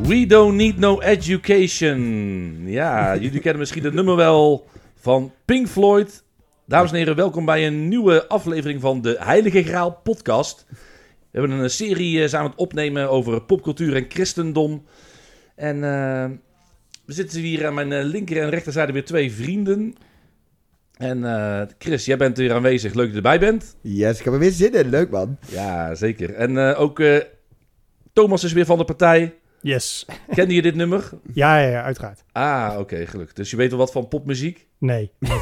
We don't need no education. Ja, jullie kennen misschien het nummer wel van Pink Floyd. Dames en heren, welkom bij een nieuwe aflevering van de Heilige Graal podcast. We hebben een serie samen aan het opnemen over popcultuur en christendom. En we zitten hier aan mijn linker en rechterzijde weer twee vrienden. En Chris, jij bent weer aanwezig. Leuk dat je erbij bent. Yes, ik heb er weer zin in. Leuk, man. Ja, zeker. En ook Thomas is weer van de partij. Yes. Kende je dit nummer? Ja, uiteraard. Ah, oké, gelukkig. Dus je weet wel wat van popmuziek? Nee. Dat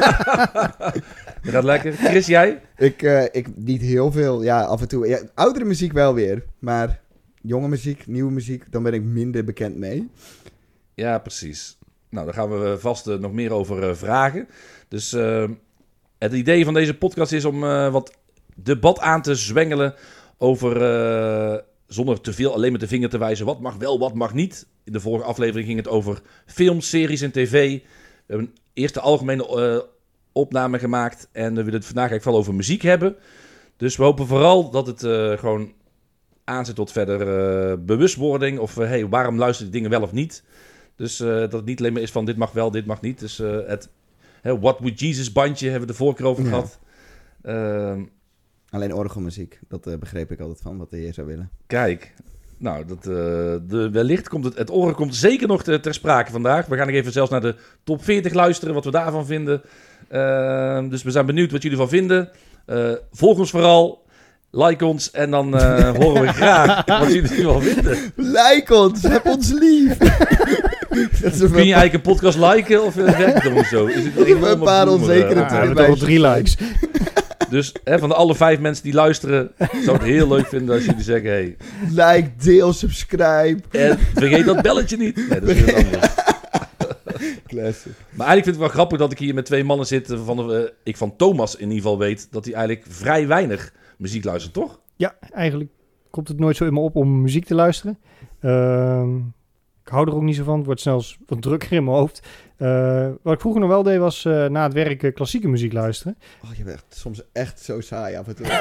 gaat lekker. Chris, jij? Ik niet heel veel. Ja, af en toe. Ja, oudere muziek wel weer. Maar jonge muziek, nieuwe muziek, dan ben ik minder bekend mee. Ja, precies. Nou, daar gaan we vast nog meer over vragen. Dus het idee van deze podcast is om wat debat aan te zwengelen over... zonder te veel alleen met de vinger te wijzen. Wat mag wel, wat mag niet. In de vorige aflevering ging het over films, series en tv. We hebben een eerste algemene opname gemaakt. En we willen het vandaag eigenlijk vooral over muziek hebben. Dus we hopen vooral dat het gewoon aanzet tot verder bewustwording. Of hey, waarom luister je dingen wel of niet. Dus dat het niet alleen maar is van dit mag wel, dit mag niet. Dus het What Would Jesus bandje hebben we de vorige keer over gehad. Alleen orgelmuziek, dat begreep ik altijd van, wat de heer zou willen. Kijk, nou, wellicht komt het orgel komt zeker nog ter sprake vandaag. We gaan nog even zelfs naar de top 40 luisteren, wat we daarvan vinden. Dus we zijn benieuwd wat jullie van vinden. Volg ons vooral, like ons en dan horen we graag wat jullie ervan vinden. Like ons, heb ons lief. Kun je eigenlijk een podcast liken of werkt het dan zo? Is het Ik heb een paar onzekere we hebben toch wel 3 likes. Dus van de alle 5 mensen die luisteren, zou ik het heel leuk vinden als jullie zeggen... Hey, like, deel, subscribe. En vergeet dat belletje niet. Nee, dat is weer anders. Classic. Maar eigenlijk vind ik het wel grappig dat ik hier met twee mannen zit... ik van Thomas in ieder geval weet dat hij eigenlijk vrij weinig muziek luistert, toch? Ja, eigenlijk komt het nooit zo in me op om muziek te luisteren. Ik hou er ook niet zo van. Het wordt snel wat drukker in mijn hoofd. Wat ik vroeger nog wel deed was na het werk klassieke muziek luisteren. Oh, je bent soms echt zo saai af en toe.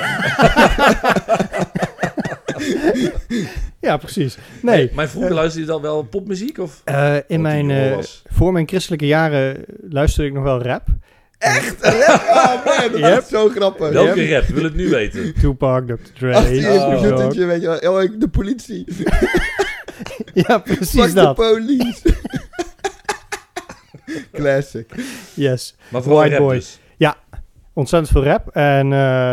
Ja, precies. Nee. Hey, maar vroeger luisterde je dan wel popmuziek? Of? Voor mijn christelijke jaren luisterde ik nog wel rap. Echt? Rap? Oh man, dat is zo grappig. Welke rap? Wil het nu weten? Tupac, Dr. Dre. Ach, die computertje, weet je wel. Oh, de politie. Ja, precies Fuck dat. de police. Classic. Yes. Maar vooral White rap boy. dus. Ja, ontzettend veel rap. En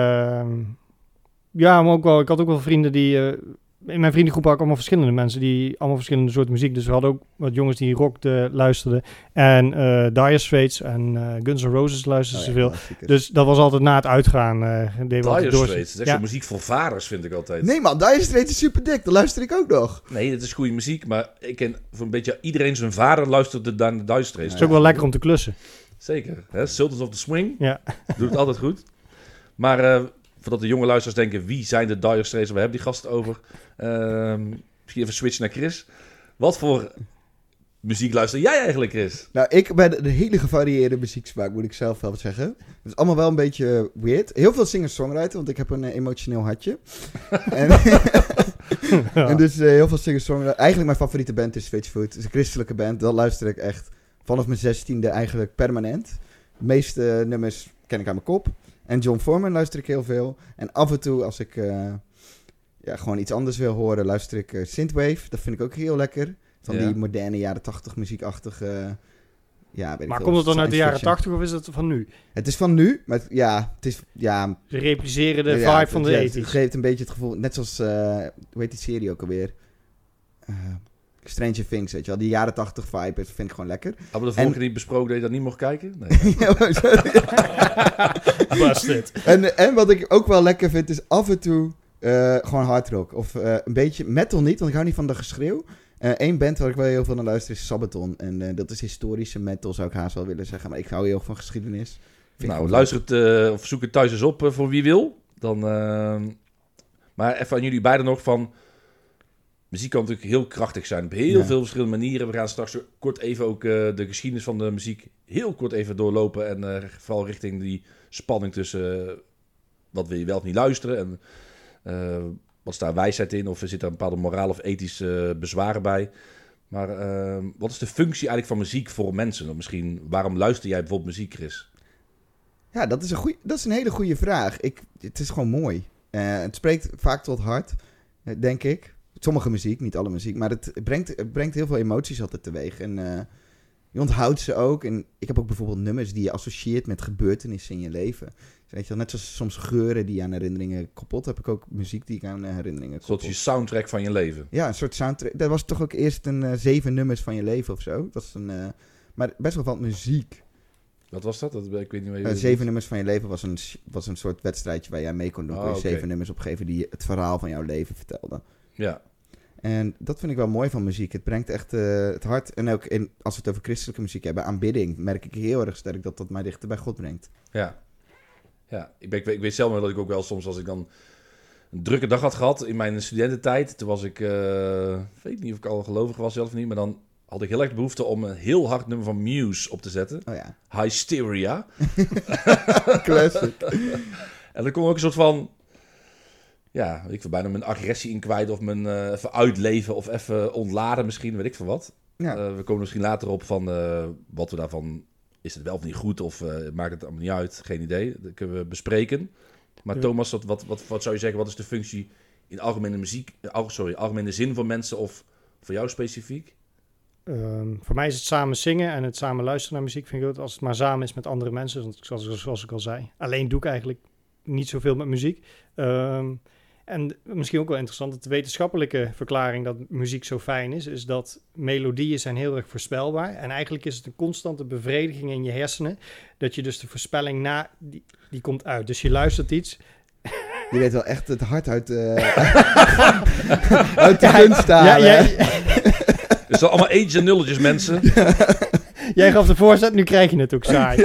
ja, maar ook wel, ik had ook wel vrienden die... in mijn vriendengroep had ik allemaal verschillende mensen die allemaal verschillende soorten muziek. Dus we hadden ook wat jongens die rock luisterden. En Dire Straits en Guns N' Roses luisterden ze veel. Dus dat was altijd na het uitgaan. Dire Straits, dat is echt zo'n muziek voor vaders, vind ik altijd. Nee man, Dire Straits is super dik. Dat luister ik ook nog. Nee, het is goede muziek, maar ik ken voor een beetje iedereen zijn vader luisterde naar de Dire Straits. Het is ook wel lekker om te klussen. Zeker, hè? Sultans of the Swing. Ja. Doet het altijd goed. Maar voordat de jonge luisteraars denken, wie zijn de Dire Straits? We hebben die gasten over. Misschien even switchen naar Chris. Wat voor muziek luister jij eigenlijk, Chris? Nou, ik ben een hele gevarieerde muzieksmaak, moet ik zelf wel zeggen. Het is allemaal wel een beetje weird. Heel veel singer-songwriter, want ik heb een emotioneel hartje. En dus heel veel singer-songwriter. Eigenlijk mijn favoriete band is Switchfoot. Het is een christelijke band. Dat luister ik echt vanaf mijn 16e eigenlijk permanent. De meeste nummers ken ik aan mijn kop. En John Foreman luister ik heel veel. En af en toe als ik gewoon iets anders wil horen, luister ik Synthwave. Dat vind ik ook heel lekker. Van die moderne jaren 80 muziekachtige... Maar komt het dan uit de jaren 80 of is het van nu? Het is van nu, maar het is... Ja, ze repliceren de vibe van de 80's. Het geeft een beetje het gevoel... Net zoals, hoe heet die serie ook alweer? Stranger Things, weet je wel. Die jaren 80 vibe, dat vind ik gewoon lekker. Hebben we de vorige keer niet besproken dat je dat niet mocht kijken? Nee. Was dit? En wat ik ook wel lekker vind, is af en toe gewoon hardrock. Of een beetje metal niet, want ik hou niet van de geschreeuw. Eén band waar ik wel heel veel naar luister is Sabaton. En dat is historische metal, zou ik haast wel willen zeggen. Maar ik hou heel erg van geschiedenis. Luister het of zoek het thuis eens op voor wie wil. Dan, maar even aan jullie beiden nog van... Muziek kan natuurlijk heel krachtig zijn op heel veel verschillende manieren. We gaan straks kort even ook de geschiedenis van de muziek heel kort even doorlopen. En vooral richting die spanning tussen wat wil je wel of niet luisteren. En wat is daar wijsheid in? Of zit daar een bepaalde moraal of ethische bezwaren bij? Maar wat is de functie eigenlijk van muziek voor mensen? Of misschien, waarom luister jij bijvoorbeeld muziek, Chris? Ja, dat is een hele goede vraag. Het is gewoon mooi. Het spreekt vaak tot hart, denk ik. Sommige muziek, niet alle muziek. Maar het brengt heel veel emoties altijd teweeg. En je onthoudt ze ook. En ik heb ook bijvoorbeeld nummers die je associeert met gebeurtenissen in je leven. Dus weet je wel, net zoals soms geuren die aan herinneringen koppelt, heb ik ook muziek die ik aan herinneringen koppel. Een soort je soundtrack van je leven. Ja, een soort soundtrack. Dat was toch ook eerst 7 nummers van je leven of zo. Dat was maar best wel van muziek. Wat was dat? Ik weet niet meer. 7 nummers van je leven was een soort wedstrijdje waar jij mee kon doen. Kon je 7 nummers opgeven die het verhaal van jouw leven vertelden. Ja. En dat vind ik wel mooi van muziek. Het brengt echt het hart. En ook als we het over christelijke muziek hebben, aanbidding, merk ik heel erg sterk dat mij dichter bij God brengt. Ja. Ik weet zelf maar dat ik ook wel soms, als ik dan een drukke dag had gehad in mijn studententijd, toen was ik, weet niet of ik al gelovig was zelf of niet, maar dan had ik heel erg de behoefte om een heel hard nummer van Muse op te zetten. Oh ja. Hysteria. Classic. En dan kon ik ook een soort van, ja, weet ik veel, bijna mijn agressie in kwijt of mijn even uitleven of even ontladen misschien, weet ik veel wat. Ja. We komen misschien later op van wat we daarvan, is het wel of niet goed of maakt het allemaal niet uit, geen idee. Dat kunnen we bespreken. Maar Ja. Thomas, wat zou je zeggen, wat is de functie in algemene zin voor mensen of voor jou specifiek? Voor mij is het samen zingen en het samen luisteren naar muziek vind ik goed. Als het maar samen is met andere mensen, want zoals ik al zei. Alleen doe ik eigenlijk niet zoveel met muziek. En misschien ook wel interessant, dat de wetenschappelijke verklaring dat muziek zo fijn is dat melodieën zijn heel erg voorspelbaar. En eigenlijk is het een constante bevrediging in je hersenen, dat je dus de voorspelling die komt uit. Dus je luistert iets. Je weet wel echt het hart uit uit de kunst staan. Het is allemaal eentjes en nulletjes, mensen. Jij gaf de voorzet, nu krijg je het ook saai.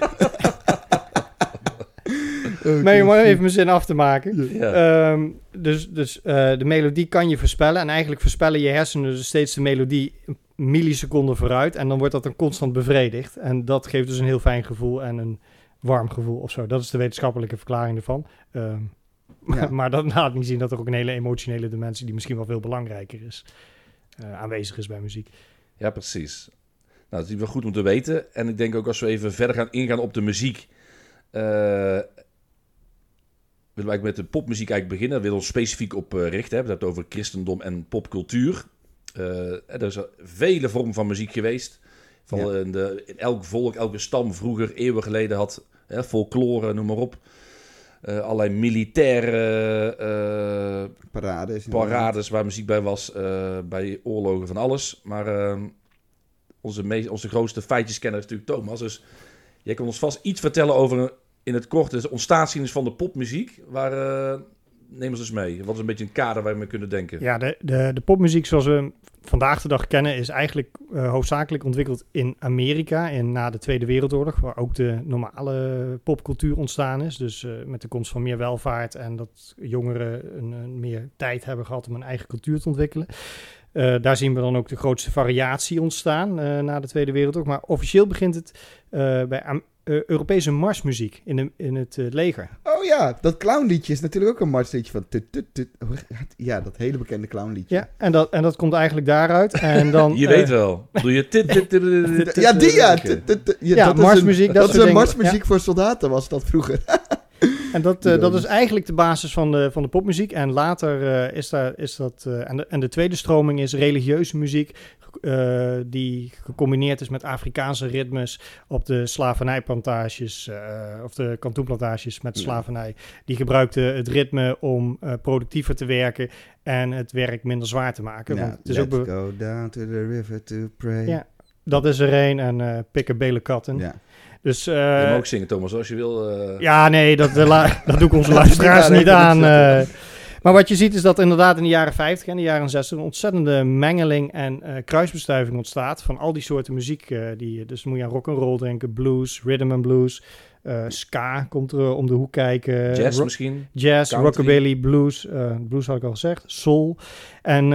Maar om even mijn zin af te maken. Ja. Dus de melodie kan je voorspellen. En eigenlijk voorspellen je hersenen dus steeds de melodie milliseconden vooruit. En dan wordt dat dan constant bevredigd. En dat geeft dus een heel fijn gevoel en een warm gevoel of zo. Dat is de wetenschappelijke verklaring ervan. Maar dat laat niet zien dat er ook een hele emotionele dimensie, die misschien wel veel belangrijker is, aanwezig is bij muziek. Ja, precies. Nou, dat is wel goed om te weten. En ik denk ook als we even verder gaan ingaan op de muziek, willen wij met de popmuziek eigenlijk beginnen. We willen ons specifiek op richten. We hebben het over christendom en popcultuur. Er is vele vormen van muziek geweest. In elk volk, elke stam vroeger, eeuwen geleden had folklore, noem maar op. Allerlei militaire parades waar muziek bij was. Bij oorlogen van alles. Maar onze grootste feitjeskenner is natuurlijk Thomas. Dus jij kan ons vast iets vertellen over in het kort de ontstaansgeschiedenis van de popmuziek. Neem ons eens mee. Wat is een beetje een kader waar we mee kunnen denken? Ja, de popmuziek zoals we hem vandaag de dag kennen is eigenlijk hoofdzakelijk ontwikkeld in Amerika na de Tweede Wereldoorlog, waar ook de normale popcultuur ontstaan is. Dus met de komst van meer welvaart en dat jongeren een meer tijd hebben gehad om een eigen cultuur te ontwikkelen. Daar zien we dan ook de grootste variatie ontstaan na de Tweede Wereldoorlog. Maar officieel begint het bij Europese marsmuziek in het leger. Oh ja, dat clownliedje is natuurlijk ook een marsliedje van... Ja, dat hele bekende clownliedje. Ja, en dat komt eigenlijk daaruit. En dan, je weet wel. Doe je Ja, die ja. Ja, marsmuziek. Dat is een marsmuziek voor soldaten, was dat vroeger. En dat is eigenlijk de basis van de popmuziek. En later is dat... En de tweede stroming is religieuze muziek, die gecombineerd is met Afrikaanse ritmes op de slavernijplantages, of de kantoenplantages met slavernij. Die gebruikten het ritme om productiever te werken en het werk minder zwaar te maken. Want het is let's go down to the river to pray. Ja, dat is er een. En pikken bele katten. Ja. Dus, je mag ook zingen, Thomas, als je wil. Ja, nee, dat doe ik onze luisteraars niet aan. Maar wat je ziet is dat inderdaad in de jaren 50 en de jaren 60 een ontzettende mengeling en kruisbestuiving ontstaat van al die soorten muziek. Dus moet je aan rock'n'roll denken, blues, rhythm and blues, ska komt er om de hoek kijken. Jazz misschien? Jazz, country. rockabilly, blues. Blues had ik al gezegd, soul. En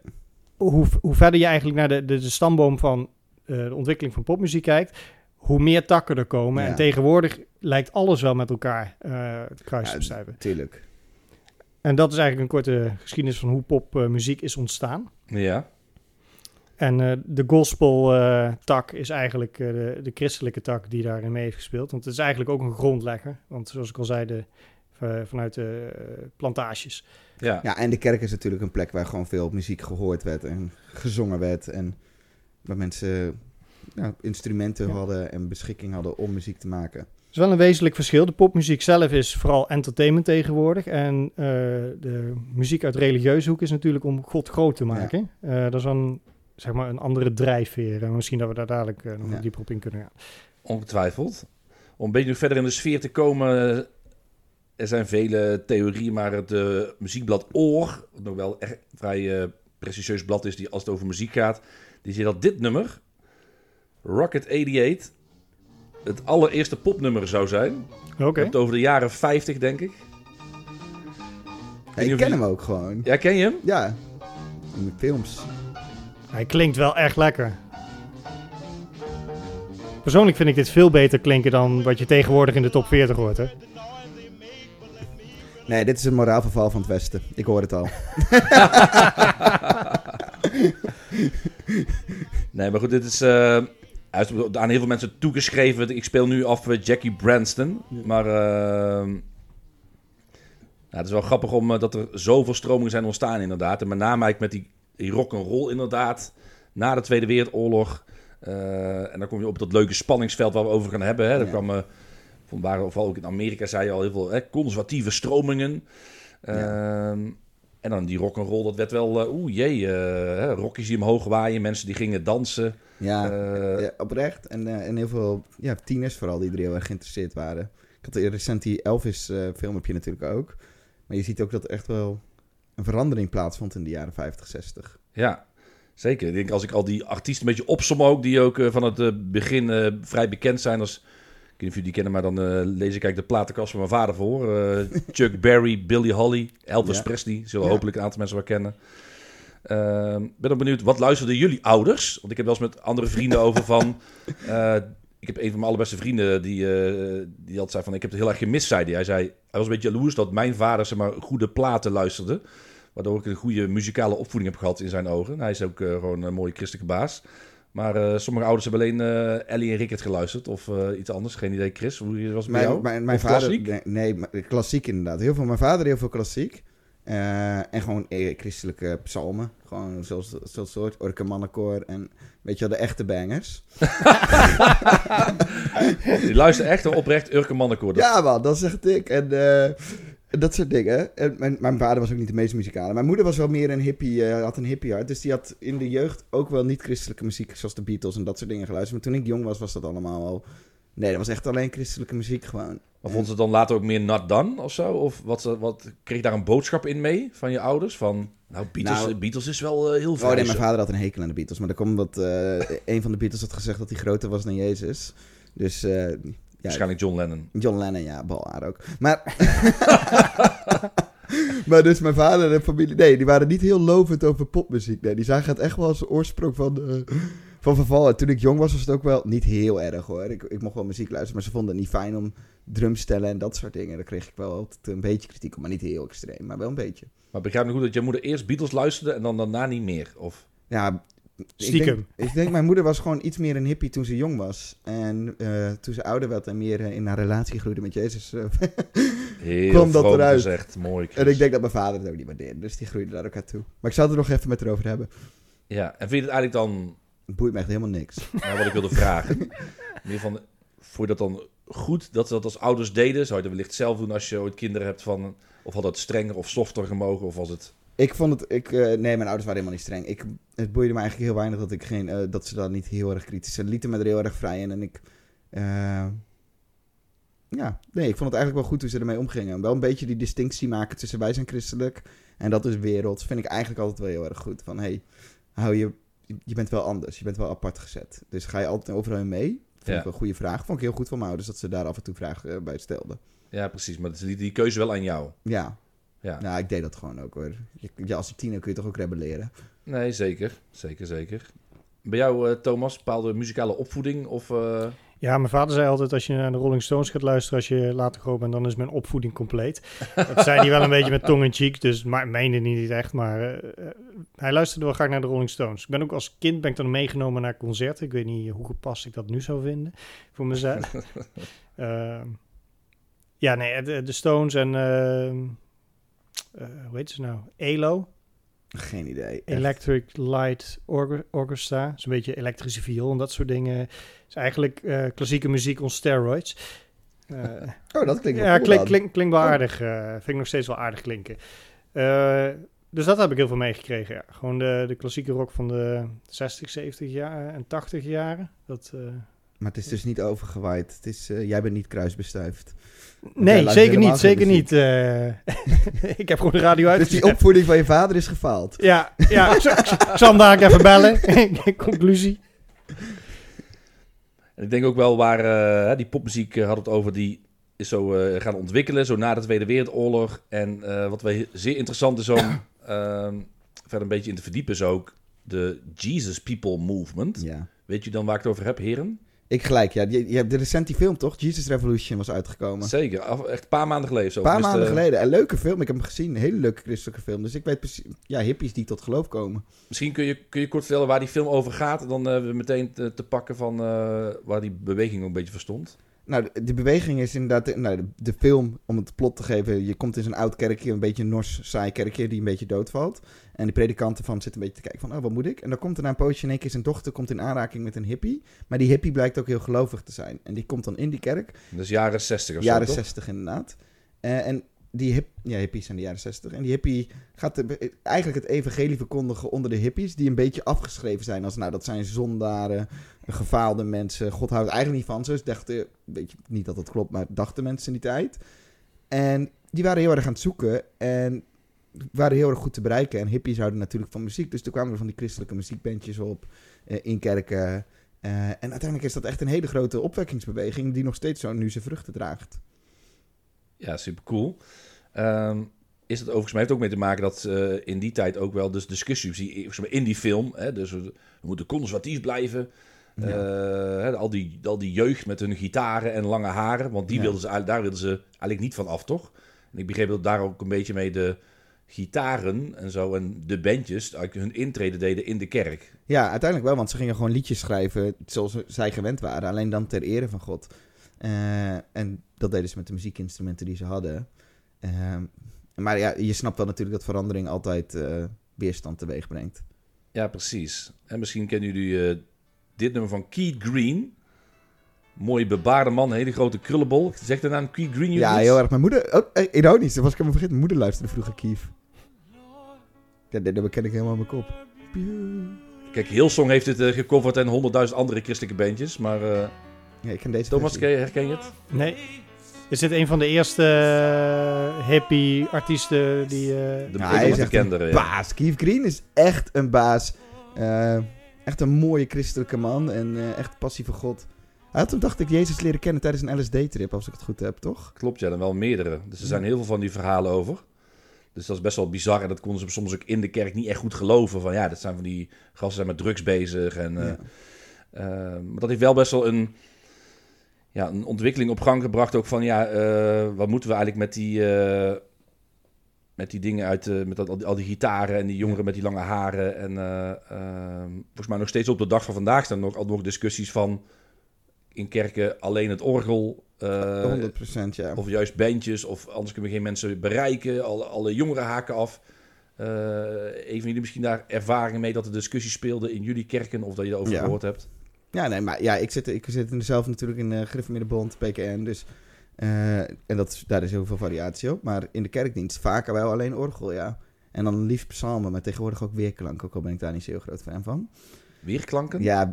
hoe verder je eigenlijk naar de stamboom van de ontwikkeling van popmuziek kijkt, hoe meer takken er komen. Ja. En tegenwoordig lijkt alles wel met elkaar kruis te bestuiven. Tuurlijk. En dat is eigenlijk een korte geschiedenis van hoe popmuziek is ontstaan. Ja. En de gospel-tak is eigenlijk de christelijke tak die daarin mee heeft gespeeld. Want het is eigenlijk ook een grondlegger. Want zoals ik al zei, vanuit de plantages. Ja. Ja, en de kerk is natuurlijk een plek waar gewoon veel muziek gehoord werd en gezongen werd. En waar mensen instrumenten hadden en beschikking hadden om muziek te maken. Het is wel een wezenlijk verschil. De popmuziek zelf is vooral entertainment tegenwoordig. En de muziek uit religieuze hoek is natuurlijk om God groot te maken. Dat is dan zeg maar een andere drijfveer. En misschien dat we daar dadelijk nog dieper op in kunnen gaan. Ongetwijfeld. Om een beetje verder in de sfeer te komen, er zijn vele theorieën, maar het muziekblad Oor, wat nog wel echt vrij prestigieus blad is die als het over muziek gaat, die zegt dat dit nummer, Rocket 88, het allereerste popnummer zou zijn. Oké. Het over de jaren 50, denk ik. Ik ken hem ook gewoon. Ja, ken je hem? Ja, in de films. Hij klinkt wel echt lekker. Persoonlijk vind ik dit veel beter klinken dan wat je tegenwoordig in de top 40 hoort, hè? Nee, dit is een moraalverval van het Westen. Ik hoor het al. Nee, maar goed, dit is aan heel veel mensen toegeschreven. Ik speel nu af Jackie Branston. Maar het is wel grappig dat er zoveel stromingen zijn ontstaan inderdaad. En met name eigenlijk met die rock'n'roll inderdaad. Na de Tweede Wereldoorlog. En dan kom je op dat leuke spanningsveld waar we over gaan hebben. Hè. Er kwam, waren vooral ook in Amerika, zei je al, heel veel conservatieve stromingen. En dan die rock'n'roll, dat werd wel, rokjes die omhoog waaien, mensen die gingen dansen. Ja, oprecht. En heel veel tieners vooral die er heel erg geïnteresseerd waren. Ik had recent die Elvis film heb je natuurlijk ook. Maar je ziet ook dat er echt wel een verandering plaatsvond in de jaren 50, 60. Ja, zeker. Ik denk als ik al die artiesten een beetje opsom ook, die ook van het begin vrij bekend zijn als... Ik weet niet of jullie die kennen, maar dan lees ik eigenlijk de platenkast van mijn vader voor. Chuck Berry, Billie Holiday, Elvis Presley. Zullen hopelijk een aantal mensen wel kennen. Ben dan benieuwd, wat luisterden jullie ouders? Want ik heb wel eens met andere vrienden over van... ik heb een van mijn allerbeste vrienden die altijd zei van... Ik heb het heel erg gemist, zei hij. Hij zei, hij was een beetje jaloers dat mijn vader zeg maar goede platen luisterde. Waardoor ik een goede muzikale opvoeding heb gehad in zijn ogen. Hij is ook gewoon een mooie christelijke baas. Maar sommige ouders hebben alleen Ellie en Rickert geluisterd. Of iets anders. Geen idee, Chris. Hoe was het bij jou? Mijn vader, klassiek? Nee, klassiek inderdaad. Heel veel. Mijn vader heel veel klassiek. En gewoon christelijke psalmen. Gewoon zoals soort Orke Mannenkoor. En weet je wel, de echte bangers. Die luisteren echt oprecht Urke Mannenkoor. Ja man, dat is echt dik. En dat soort dingen. En mijn vader was ook niet de meest muzikale. Mijn moeder was wel meer een hippie, had een hippie hart. Dus die had in de jeugd ook wel niet-christelijke muziek, zoals de Beatles en dat soort dingen geluisterd. Maar toen ik jong was, was dat allemaal al... Nee, dat was echt alleen christelijke muziek gewoon. Maar vond ze dan later ook meer Not Done of zo? Of wat kreeg daar een boodschap in mee van je ouders? Van, Beatles is wel heel vrij. Oh nee, mijn vader had een hekel aan de Beatles. Maar dat komt omdat een van de Beatles had gezegd dat hij groter was dan Jezus. Dus... waarschijnlijk John Lennon. John Lennon, ja, balhaar ook. Maar... maar dus mijn vader en familie... Nee, die waren niet heel lovend over popmuziek. Nee, die zagen het echt wel als de oorsprong van verval. En toen ik jong was, was het ook wel niet heel erg, hoor. Ik mocht wel muziek luisteren, maar ze vonden het niet fijn om drumstellen en dat soort dingen. Daar kreeg ik wel altijd een beetje kritiek op, maar niet heel extreem, maar wel een beetje. Maar begrijp me goed dat je moeder eerst Beatles luisterde en dan daarna niet meer? Of... Ja... Stiekem. Ik denk, mijn moeder was gewoon iets meer een hippie toen ze jong was. En toen ze ouder werd en meer in haar relatie groeide met Jezus, heel kwam dat eruit. Gezegd. Mooi, Chris. En ik denk dat mijn vader het ook niet waardeerde, dus die groeide daar ook aan toe. Maar ik zou het er nog even met erover hebben. Ja, en vind je het eigenlijk dan... Het boeit me echt helemaal niks. Nou, wat ik wilde vragen. Meer van, vond je dat dan goed dat ze dat als ouders deden? Zou je dat wellicht zelf doen als je ooit kinderen hebt van... Of had dat strenger of softer gemogen? Of was het... Ik vond het... nee, mijn ouders waren helemaal niet streng. Het boeide me eigenlijk heel weinig dat ze daar niet heel erg kritisch zijn. Ze lieten me er heel erg vrij in. En ik... ik vond het eigenlijk wel goed hoe ze ermee omgingen. Wel een beetje die distinctie maken tussen wij zijn christelijk en dat is wereld. Vind ik eigenlijk altijd wel heel erg goed. Van, je bent wel anders. Je bent wel apart gezet. Dus ga je altijd overal in mee? Vond ik wel een goede vraag. Vond ik heel goed van mijn ouders dat ze daar af en toe vragen bij stelden. Ja, precies. Maar die keuze wel aan jou. Ja. Nou, ik deed dat gewoon ook, hoor. Als tiener kun je toch ook rebelleren? Nee, zeker. Zeker. Bij jou, Thomas, bepaalde muzikale opvoeding? Of, Ja, mijn vader zei altijd, als je naar de Rolling Stones gaat luisteren, als je later groot bent, dan is mijn opvoeding compleet. Dat zei hij wel een beetje met tong in cheek, dus maar meende niet echt, maar hij luisterde wel graag naar de Rolling Stones. Ik ben ook als kind dan meegenomen naar concerten. Ik weet niet hoe gepast ik dat nu zou vinden voor mezelf. Ja, nee, de Stones en hoe heet ze nou? ELO. Geen idee. Echt. Electric Light Orchestra. Dat is een beetje elektrische viool en dat soort dingen. Het is eigenlijk klassieke muziek on steroids. Dat klinkt wel ja, cool klinkt wel aardig. Vind ik nog steeds wel aardig klinken. Dus dat heb ik heel veel meegekregen. Ja. Gewoon de klassieke rock van de 60, 70 jaar en 80 jaren. Maar het is dus niet overgewaaid. Het is, jij bent niet kruisbestuift. Nee, zeker niet. Ik heb gewoon de radio uit. Dus die opvoeding van je vader is gefaald. Ja, ik zal hem daar even bellen. Conclusie. En ik denk ook wel waar die popmuziek had het over, die is zo gaan ontwikkelen, zo na de Tweede Wereldoorlog. En wat wij zeer interessant is om verder een beetje in te verdiepen, is ook de Jesus People Movement. Ja. Weet je dan waar ik het over heb, heren? Ik gelijk, ja. Je hebt de recent die film, toch? Jesus Revolution was uitgekomen. Zeker, echt een paar maanden geleden. Een paar maanden geleden. Een leuke film. Ik heb hem gezien. Een hele leuke christelijke film. Dus ik weet precies... Ja, hippies die tot geloof komen. Misschien kun je kort vertellen waar die film over gaat. Dan meteen te pakken van waar die beweging ook een beetje verstond. Nou, de beweging is inderdaad... de film, om het plot te geven... Je komt in zo'n oud kerkje, een beetje een nors, saai kerkje... die een beetje doodvalt. En de predikant ervan zit een beetje te kijken van... wat moet ik? En dan komt er na een poosje in één keer... zijn dochter komt in aanraking met een hippie. Maar die hippie blijkt ook heel gelovig te zijn. En die komt dan in die kerk. Dus jaren 60 of zo, Jaren toch? 60 inderdaad. En die hippies zijn de jaren 60. En die hippie gaat eigenlijk het evangelie verkondigen onder de hippies... die een beetje afgeschreven zijn als... dat zijn zondaren, gefaalde mensen. God houdt eigenlijk niet van ze. Dus dachten, weet je, niet dat dat klopt, maar dachten mensen in die tijd. En die waren heel erg aan het zoeken... en waren heel erg goed te bereiken. En hippies houden natuurlijk van muziek. Dus toen kwamen er van die christelijke muziekbandjes op... in kerken... en uiteindelijk is dat echt een hele grote opwekkingsbeweging... die nog steeds zo nu zijn vruchten draagt. Ja, super cool. Is het overigens, maar heeft ook mee te maken dat in die tijd ook wel dus discussies in die film, hè, dus we moeten conservatief blijven. Ja. Al die jeugd met hun gitaren en lange haren, want daar wilden ze eigenlijk niet van af, toch? En ik begreep dat daar ook een beetje mee de gitaren en zo en de bandjes hun intrede deden in de kerk. Ja, uiteindelijk wel, want ze gingen gewoon liedjes schrijven zoals zij gewend waren, alleen dan ter ere van God. En dat deden ze met de muziekinstrumenten die ze hadden. Maar ja, je snapt wel natuurlijk dat verandering altijd weerstand teweeg brengt. Ja, precies. En misschien kennen jullie dit nummer van Keith Green. Mooie bebaarde man, hele grote krullenbol. Zegt de naam Keith Green? Ja, heel erg. Mijn moeder... ironisch, dat was ik helemaal vergeten. Mijn moeder luisterde vroeger Keith. Ja, dat ken ik helemaal in mijn kop. Kijk, Hillsong heeft het gecoverd en 100.000 andere christelijke bandjes, maar... Ja, ik ken deze Thomas, versie. herken je het? Nee. Is dit een van de eerste hippie artiesten die... Hij is echt een baas. Keith Green is echt een baas. Echt een mooie christelijke man en echt passie voor God. Hij had toen, dacht ik, Jezus leren kennen tijdens een LSD-trip, als ik het goed heb, toch? Klopt, ja, dan wel meerdere. Dus er zijn heel veel van die verhalen over. Dus dat is best wel bizar en dat konden ze soms ook in de kerk niet echt goed geloven. Van ja, dat zijn van die gasten zijn met drugs bezig. En, maar dat heeft wel best wel een ontwikkeling op gang gebracht. Ook van wat moeten we eigenlijk met die dingen uit, met al die gitaren en die jongeren met die lange haren. En volgens mij nog steeds op de dag van vandaag staan nog discussies van in kerken alleen het orgel. 100%, ja. Of juist bandjes, of anders kunnen we geen mensen bereiken. Alle jongeren haken af. Even jullie misschien daar ervaringen mee dat de discussie speelde in jullie kerken of dat je erover gehoord hebt? Ja, nee, maar ja, ik zit in zelf natuurlijk in de Griffemiddenbond, PKN, dus en daar is heel veel variatie op. Maar in de kerkdienst vaker wel alleen orgel, ja. En dan liefst psalmen, maar tegenwoordig ook weerklank, ook al ben ik daar niet zo heel groot fan van. Weerklanken? Ja,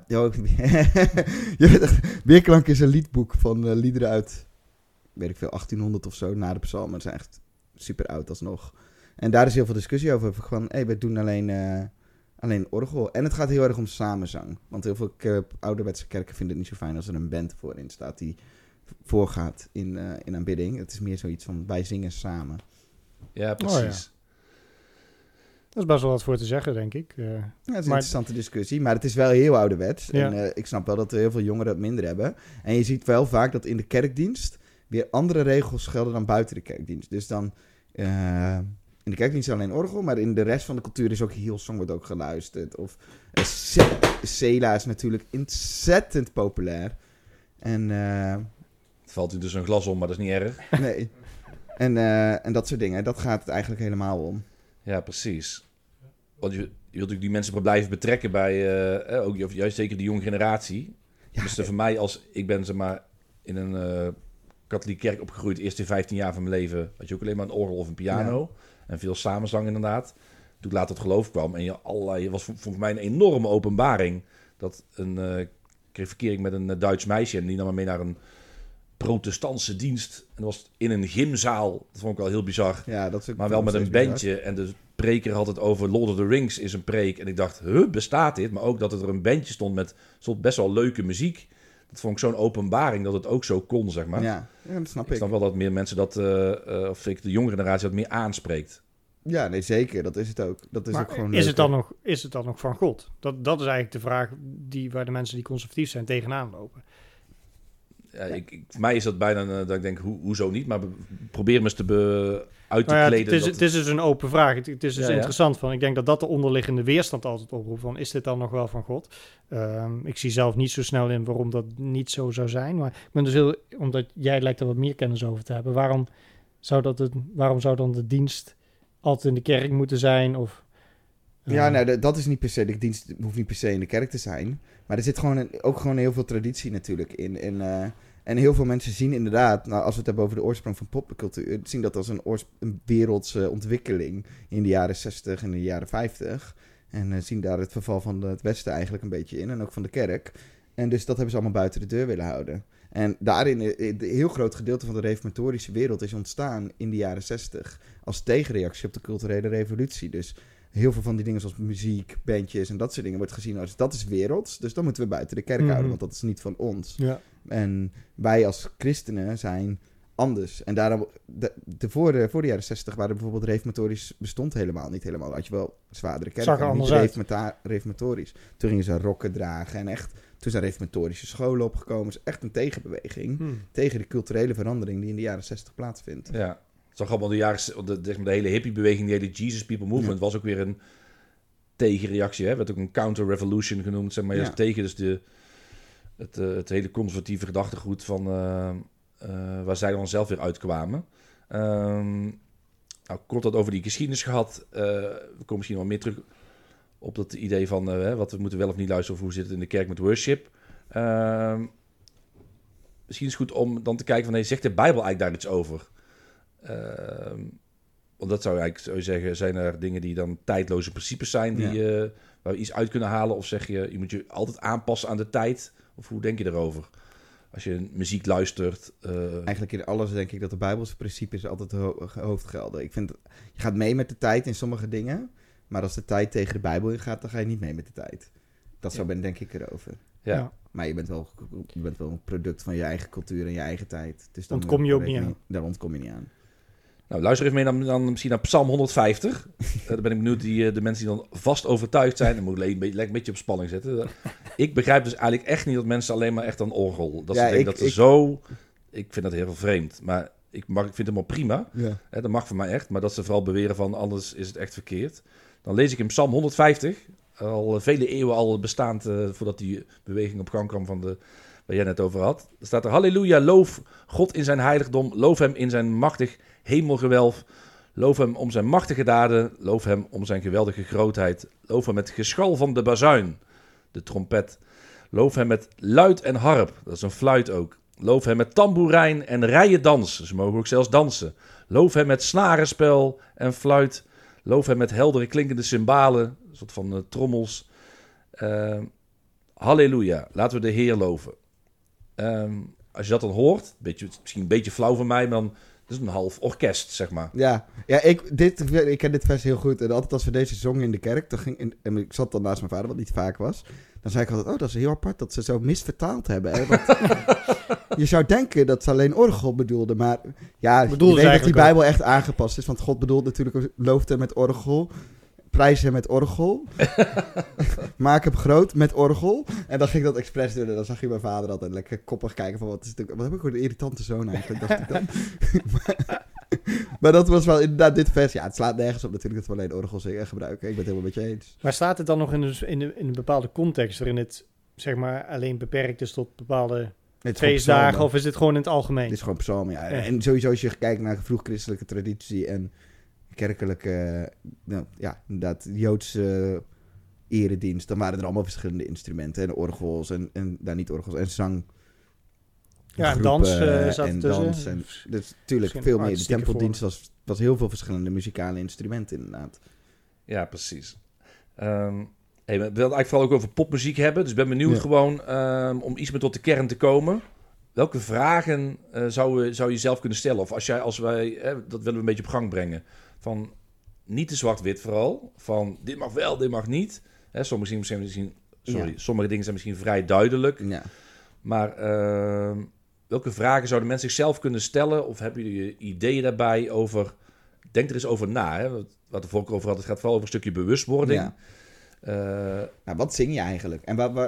Weerklank is een liedboek van liederen uit, weet ik veel, 1800 of zo, na de psalmen. Dat zijn echt super oud alsnog. En daar is heel veel discussie over. Van, we doen alleen orgel. En het gaat heel erg om samenzang. Want heel veel ouderwetse kerken vinden het niet zo fijn als er een band voorin staat die voorgaat in aanbidding. Het is meer zoiets van, wij zingen samen. Ja, precies. Oh, ja. Dat is best wel wat voor te zeggen, denk ik. Ja, het is een interessante discussie, maar het is wel heel ouderwets. Ja. En ik snap wel dat er heel veel jongeren het minder hebben. En je ziet wel vaak dat in de kerkdienst weer andere regels gelden dan buiten de kerkdienst. Dus dan in de kerkdienst is alleen orgel, maar in de rest van de cultuur is ook Hillsong wordt ook geluisterd. Of Sela is natuurlijk ontzettend populair. En Het valt u dus een glas om, maar dat is niet erg. nee. En dat soort dingen, dat gaat het eigenlijk helemaal om. Ja, precies. Want je wilt natuurlijk die mensen blijven betrekken bij, ook of juist zeker de jonge generatie. Ja, Dus voor mij, ik ben zeg maar in een katholieke kerk opgegroeid, de eerste 15 jaar van mijn leven, had je ook alleen maar een orgel of een piano. En veel samenzang inderdaad. Toen ik later tot geloof kwam en je was voor mij een enorme openbaring. Dat ik kreeg verkering met een Duits meisje en die nam me mee naar een protestantse dienst. En dat was in een gymzaal. Dat vond ik wel heel bizar. Ja, dat is ook Maar wel met een bandje. En de preker had het over Lord of the Rings is een preek. En ik dacht, bestaat dit? Maar ook dat er een bandje stond met best wel leuke muziek. Dat vond ik zo'n openbaring dat het ook zo kon, zeg maar. Ja, dat snap ik. Ik snap wel dat meer mensen dat, of ik de jonge generatie dat meer aanspreekt. Ja, nee, zeker. Dat is het ook. Dat is Maar ook gewoon is leuk. het dan nog van God? Dat is eigenlijk de vraag waar de mensen die conservatief zijn tegenaan lopen. Ja, voor mij is dat bijna dat ik denk, hoezo niet? Maar probeer me eens uit te kleden. Het is dus een open vraag. Het is dus Ja. interessant. Ik denk dat de onderliggende weerstand altijd oproept. Van, is dit dan nog wel van God? Ik zie zelf niet zo snel in waarom dat niet zo zou zijn. Maar ik ben dus omdat jij lijkt er wat meer kennis over te hebben. Waarom zou dan de dienst altijd in de kerk moeten zijn? Of, Ja, nou, dat is niet per se. De dienst hoeft niet per se in de kerk te zijn. Maar er zit ook gewoon heel veel traditie natuurlijk in. En heel veel mensen zien inderdaad, nou, als we het hebben over de oorsprong van popcultuur, zien dat als een wereldse ontwikkeling in de jaren 60 en de jaren 50. En zien daar het verval van het Westen eigenlijk een beetje in. En ook van de kerk. En dus dat hebben ze allemaal buiten de deur willen houden. En daarin, een heel groot gedeelte van de reformatorische wereld is ontstaan in de jaren 60. Als tegenreactie op de culturele revolutie. Dus heel veel van die dingen zoals muziek, bandjes en dat soort dingen wordt gezien als dat is werelds. Dus dan moeten we buiten de kerk houden, want dat is niet van ons. Ja. En wij als christenen zijn anders. En daarom, voor de jaren 60 waren bijvoorbeeld reformatorisch bestond helemaal niet helemaal. Had je wel zwaardere kerken, Zag er maar anders niet reformatorisch. Toen gingen ze rokken dragen en echt, toen zijn reformatorische scholen opgekomen. is echt een tegenbeweging tegen de culturele verandering die in de jaren 60 plaatsvindt. Ja. Het zag allemaal de hele hippiebeweging, die hele Jesus People Movement, was ook weer een tegenreactie. Hè? Werd ook een counter-revolution genoemd, zeg maar. Juist tegen dus het hele conservatieve gedachtegoed van waar zij dan zelf weer uitkwamen. Kort had over die geschiedenis gehad. We komen misschien wel meer terug op dat idee van wat we moeten wel of niet luisteren of hoe zit het in de kerk met worship. Misschien is het goed om dan te kijken van, zegt de Bijbel eigenlijk daar iets over? Want dat zou je zeggen, zijn er dingen die dan tijdloze principes zijn waar we iets uit kunnen halen? Of zeg je moet je altijd aanpassen aan de tijd? Of hoe denk je daarover? Als je muziek luistert. Eigenlijk in alles denk ik dat de Bijbelse principes altijd hoofd gelden. Ik vind, je gaat mee met de tijd in sommige dingen. Maar als de tijd tegen de Bijbel ingaat, dan ga je niet mee met de tijd. Zo denk ik erover. Ja. Maar je bent wel een product van je eigen cultuur en je eigen tijd. Dus dan ontkom je ook niet aan. Daar ontkom je niet aan. Nou, luister even mee dan misschien naar Psalm 150. Dan ben ik benieuwd, de mensen die dan vast overtuigd zijn. Dan moet ik een beetje op spanning zetten. Ik begrijp dus eigenlijk echt niet dat mensen alleen maar echt aan orgel. Ik vind dat heel vreemd. Maar ik vind het wel prima. Ja. Dat mag voor mij echt. Maar dat ze vooral beweren van anders is het echt verkeerd. Dan lees ik in Psalm 150. Al vele eeuwen al bestaand voordat die beweging op gang kwam waar jij net over had. Er staat er: Halleluja, loof God in zijn heiligdom. Loof hem in zijn machtig hemelgewelf. Loof hem om zijn machtige daden. Loof hem om zijn geweldige grootheid. Loof hem met geschal van de bazuin, de trompet. Loof hem met luid en harp, dat is een fluit ook. Loof hem met tamboerijn en rijdans, ze mogen ook zelfs dansen. Loof hem met snarenspel en fluit. Loof hem met heldere klinkende cymbalen, een soort van trommels. Halleluja, laten we de Heer loven. Als je dat dan hoort, misschien een beetje flauw van mij, maar dan dat is een half orkest, zeg maar. Ja, ik ken dit vers heel goed. En altijd als we deze zongen in de kerk, en ik zat dan naast mijn vader, wat niet vaak was, dan zei ik altijd, dat is heel apart dat ze zo misvertaald hebben. Hè? Want je zou denken dat ze alleen orgel bedoelden, maar ja, ik weet dat die Bijbel echt aangepast is. Want God bedoelt natuurlijk, loofde met orgel. prijs hem met orgel. Maak hem groot met orgel. En dan ging ik dat expres doen. En dan zag je mijn vader altijd lekker koppig kijken van... Wat heb ik voor een irritante zoon eigenlijk, dacht ik dan. Maar dat was wel inderdaad dit vers. Ja, het slaat nergens op natuurlijk dat we alleen orgels gebruiken. Ik ben het helemaal met je eens. Maar staat het dan nog in een bepaalde context... waarin het zeg maar alleen beperkt is tot bepaalde feestdagen... of is dit gewoon in het algemeen? Het is gewoon psalmen, ja. En sowieso als je kijkt naar vroeg-christelijke traditie... en kerkelijke, inderdaad, Joodse eredienst... dan waren er allemaal verschillende instrumenten. En orgels en niet orgels en zang... Ja, en dans zat en tussen. dans. En, dus natuurlijk veel meer. De tempeldienst was heel veel verschillende muzikale instrumenten inderdaad. Ja, precies. We wilden eigenlijk vooral ook over popmuziek hebben. Dus ik ben benieuwd gewoon om iets meer tot de kern te komen. Welke vragen zou je zelf kunnen stellen? Of als wij, dat willen we een beetje op gang brengen. Van niet te zwart-wit vooral. Van dit mag wel, dit mag niet. Sommige dingen zijn misschien vrij duidelijk. Ja. Maar welke vragen zouden mensen zichzelf kunnen stellen? Of hebben jullie ideeën daarbij over... Denk er eens over na. Hè? Wat de vorige over had, het gaat vooral over een stukje bewustwording. Ja. Wat zing je eigenlijk?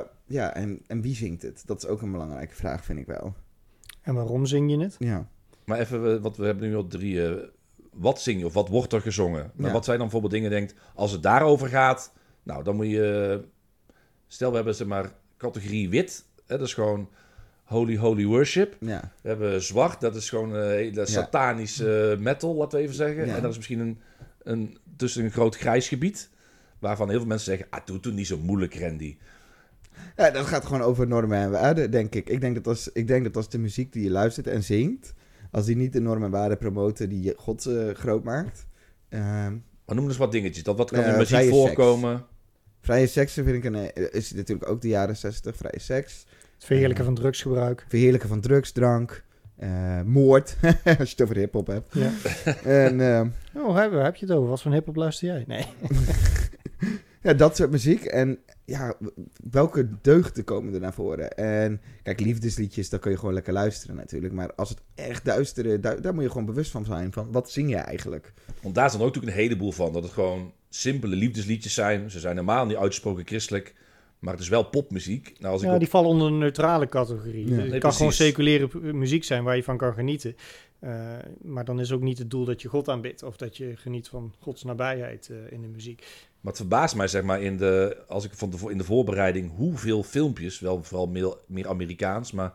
En wie zingt het? Dat is ook een belangrijke vraag, vind ik wel. En waarom zing je het? Ja. Maar even, we hebben nu al 3... wat zing je of wat wordt er gezongen? Maar wat zijn dan bijvoorbeeld dingen, denkt... Als het daarover gaat... Nou, dan moet je... Stel, we hebben zeg maar categorie wit... Dat is gewoon holy worship. Ja. We hebben zwart, dat is gewoon hele satanische metal, laten we even zeggen. Ja. En dat is misschien tussen een groot grijs gebied. Waarvan heel veel mensen zeggen, doe niet zo moeilijk, Randy. Ja, dat gaat gewoon over normen en waarden, denk ik. Ik denk dat als de muziek die je luistert en zingt... als die niet de normen en waarden promoten die God groot maakt... maar noem eens wat dingetjes. Wat kan in muziek voorkomen? Seks. Vrije seks vind ik is natuurlijk ook de jaren 60, vrije seks... Het verheerlijken van drugsgebruik. Verheerlijken van drugs, drank, moord. Als je het over hiphop hebt. Ja. En, heb je het over? Wat voor hiphop luister jij? Nee. Ja, dat soort muziek. En ja, welke deugden komen er naar voren? En kijk, liefdesliedjes, daar kun je gewoon lekker luisteren natuurlijk. Maar als het echt duisteren, daar moet je gewoon bewust van zijn. Van, wat zing je eigenlijk? Want daar is dan ook natuurlijk een heleboel van. Dat het gewoon simpele liefdesliedjes zijn. Ze zijn normaal niet uitgesproken christelijk. Maar het is wel popmuziek. Nou, die vallen onder een neutrale categorie. Ja. Het kan gewoon seculiere muziek zijn waar je van kan genieten. Maar dan is ook niet het doel dat je God aanbidt. Of dat je geniet van Gods nabijheid in de muziek. Maar het verbaast mij, zeg maar, in de voorbereiding... hoeveel filmpjes, wel vooral meer Amerikaans... maar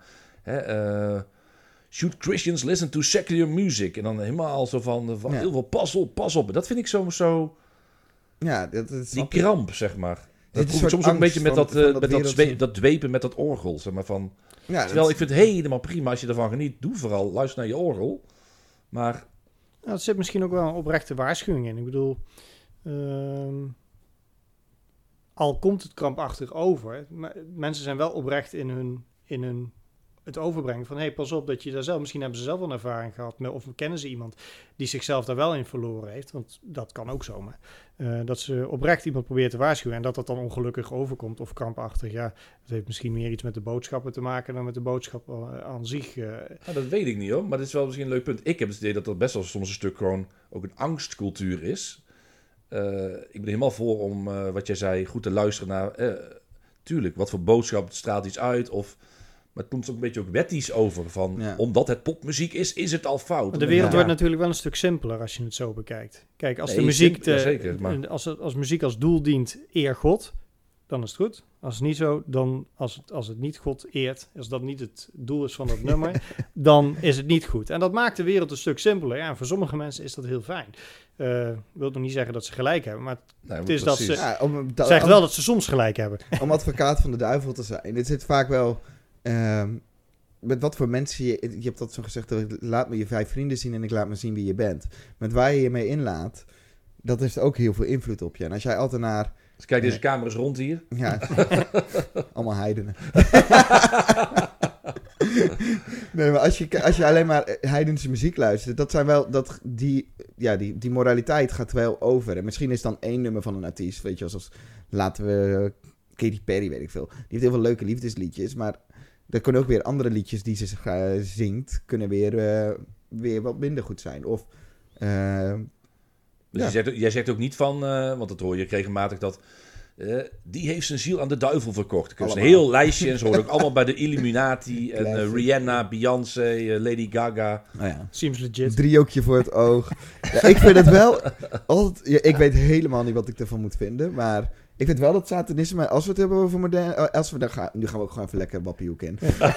should Christians listen to secular music? En dan helemaal zo van heel veel pas op. Dat vind ik zo ja, dat die kramp, zeg maar. Dat proef ik soms ook een beetje met dat dwepen met dat orgel. Zeg maar, van. Ja, terwijl ik vind het helemaal prima als je ervan geniet. Doe vooral, luister naar je orgel. Maar... Er zit misschien ook wel een oprechte waarschuwing in. Ik bedoel, al komt het krampachtig over. Maar mensen zijn wel oprecht in hun het overbrengen van... pas op dat je daar zelf... Misschien hebben ze zelf wel een ervaring gehad... of kennen ze iemand die zichzelf daar wel in verloren heeft. Want dat kan ook zomaar. Dat ze oprecht iemand proberen te waarschuwen... en dat dan ongelukkig overkomt of krampachtig. Ja, dat heeft misschien meer iets met de boodschappen te maken... dan met de boodschap aan zich. Dat weet ik niet hoor, maar dit is wel misschien een leuk punt. Ik heb het idee dat dat best wel soms een stuk gewoon... ook een angstcultuur is. Ik ben helemaal voor om, wat jij zei... goed te luisteren naar... tuurlijk, wat voor boodschap straalt iets uit... of maar het komt ook een beetje ook wettisch over. Van, omdat het popmuziek is het al fout. De wereld wordt natuurlijk wel een stuk simpeler als je het zo bekijkt. Kijk, als de muziek als muziek als doel dient eer God, dan is het goed. Als het niet zo, dan als het niet God eert, als dat niet het doel is van dat nummer, dan is het niet goed. En dat maakt de wereld een stuk simpeler. Ja, en voor sommige mensen is dat heel fijn. Wil nog niet zeggen dat ze gelijk hebben, maar het is dat ze zegt wel dat ze soms gelijk hebben. Om advocaat van de duivel te zijn. Dit zit vaak wel... met wat voor mensen je hebt dat zo gezegd, laat me je 5 vrienden zien en ik laat me zien wie je bent. Met waar je je mee inlaat, dat heeft ook heel veel invloed op je. En als jij altijd naar... Dus kijk, deze kamer is rond hier. Ja, allemaal heidenen. Nee, maar als je alleen maar heidense muziek luistert, dat zijn wel, die moraliteit gaat wel over. En misschien is dan 1 nummer van een artiest, weet je, zoals laten we Katy Perry, weet ik veel. Die heeft heel veel leuke liefdesliedjes, maar er kunnen ook weer andere liedjes die ze zingt, kunnen weer wat minder goed zijn. Of Dus jij zegt ook niet van, want dat hoor je regelmatig dat... die heeft zijn ziel aan de duivel verkocht. Dus een heel lijstje en zo hoort ook allemaal bij de Illuminati en Rihanna, Beyoncé, Lady Gaga. Oh ja. Seems legit. Driehoekje voor het oog. Ja, ik vind het wel altijd... Ja, ik weet helemaal niet wat ik ervan moet vinden, maar... Ik vind wel dat satanisme, als we het hebben over moderne... nu gaan we ook gewoon even lekker Wappiehoek in.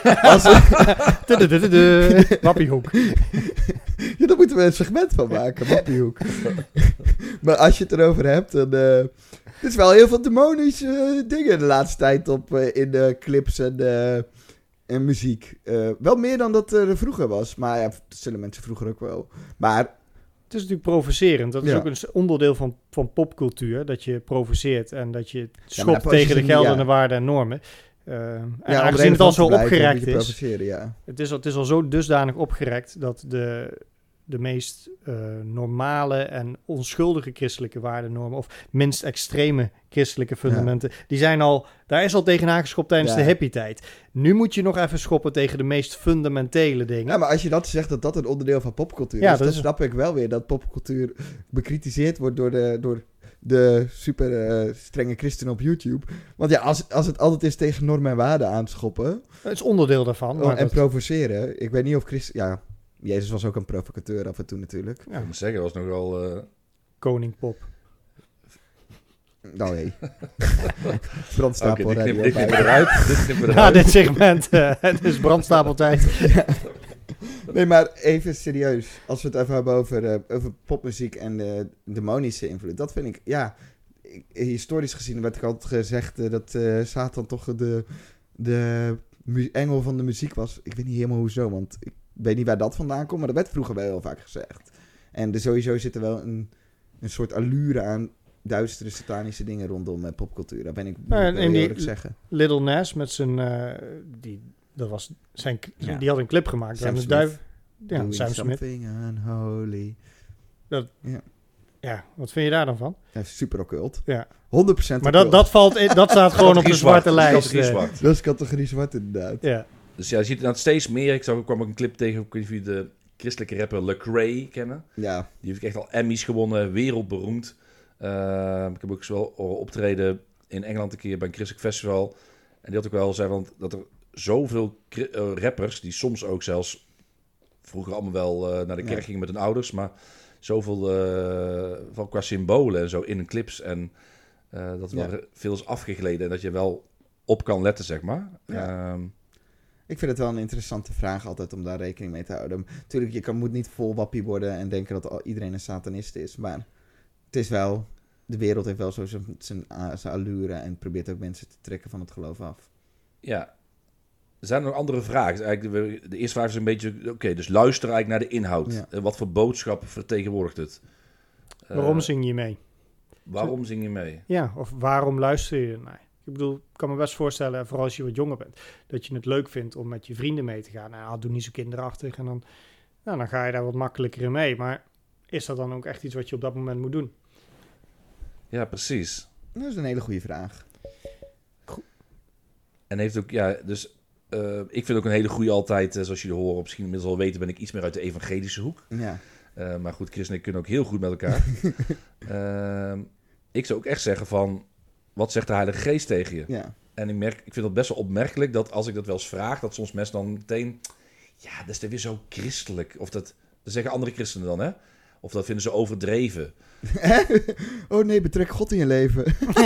Wappiehoek. Ja, daar moeten we een segment van maken, Wappiehoek. Maar als je het erover hebt, dan... er is wel heel veel demonische dingen de laatste tijd op in de clips en muziek. Wel meer dan dat er vroeger was. Maar ja, dat zullen mensen vroeger ook wel. Maar... Het is natuurlijk provocerend. Dat is ook een onderdeel van popcultuur. Dat je provoceert en dat je schopt tegen de geldende waarden en normen. En aangezien het al zo opgerekt is. Het is al zo dusdanig opgerekt dat de meest normale en onschuldige christelijke waardennormen of minst extreme christelijke fundamenten, daar is al tegen aangeschopt tijdens de happy-tijd. Nu moet je nog even schoppen tegen de meest fundamentele dingen. Ja, maar als je dat zegt dat dat een onderdeel van popcultuur is, dan snap ik wel weer dat popcultuur bekritiseerd wordt door de super strenge christenen op YouTube. Want ja, als het altijd is tegen normen en waarden aanschoppen. Het is onderdeel daarvan. En provoceren. Ik weet niet of Ja, Jezus was ook een provocateur af en toe natuurlijk. Ja, ik moet zeggen, was nog wel... Koning Pop. Nou nee. Brandstapel. Dit knippen we eruit. Dit segment. Het is brandstapeltijd. Nee, maar even serieus. Als we het even hebben over popmuziek en de demonische invloed. Dat vind ik, historisch gezien werd ik altijd gezegd dat Satan toch de engel van de muziek was. Ik weet niet helemaal hoezo, want ik weet niet waar dat vandaan komt, maar dat werd vroeger wel heel vaak gezegd. En sowieso zit er wel een soort allure aan duistere satanische dingen rondom popcultuur. Daar ben ik eerlijk zeggen. Little Nas met zijn... die had een clip gemaakt. Sam Smith. Sam Smith. Something unholy. Wat vind je daar dan van? Ja, super occult. Ja. 100% Maar dat staat gewoon op de zwarte lijst. Dat is categorie zwart inderdaad. Ja. Dus ja, je ziet het steeds meer. Ik kwam ook een clip tegen, ik weet niet of jullie de christelijke rapper Lecrae kennen. Ja. Die heeft echt al Emmys gewonnen, wereldberoemd. Ik heb ook wel optreden in Engeland een keer bij een christelijk festival. En die had ook wel zei, dat er zoveel rappers, die soms ook zelfs vroeger allemaal wel naar de kerk gingen met hun ouders, maar zoveel van qua symbolen en zo in hun clips. En dat wel veel is afgegleden en dat je wel op kan letten, zeg maar. Ja. Ik vind het wel een interessante vraag altijd om daar rekening mee te houden. Natuurlijk, moet niet vol wappie worden en denken dat iedereen een satanist is. Maar het is wel... De wereld heeft wel zo zijn allure en probeert ook mensen te trekken van het geloof af. Ja. Zijn er nog andere vragen? Eigenlijk de eerste vraag is een beetje... Oké, dus luister eigenlijk naar de inhoud. Ja. Wat voor boodschap vertegenwoordigt het? Waarom zing je mee? Waarom zing je mee? Ja, of waarom luister je naar? Ik bedoel, ik kan me best voorstellen, vooral als je wat jonger bent, dat je het leuk vindt om met je vrienden mee te gaan. Nou, doe niet zo kinderachtig en dan ga je daar wat makkelijker in mee. Maar is dat dan ook echt iets wat je op dat moment moet doen? Ja, precies. Dat is een hele goede vraag. En heeft ook, ik vind ook een hele goede altijd, zoals jullie horen, misschien inmiddels al weten, ben ik iets meer uit de evangelische hoek. Ja. Maar goed, Chris en ik kunnen ook heel goed met elkaar. Ik zou ook echt zeggen van, wat zegt de Heilige Geest tegen je? Ja. En ik vind het best wel opmerkelijk dat als ik dat wel eens vraag, dat soms mensen dan meteen, ja, dat is er weer zo christelijk. Of dat zeggen andere christenen dan, hè? Of dat vinden ze overdreven. Oh nee, betrek God in je leven.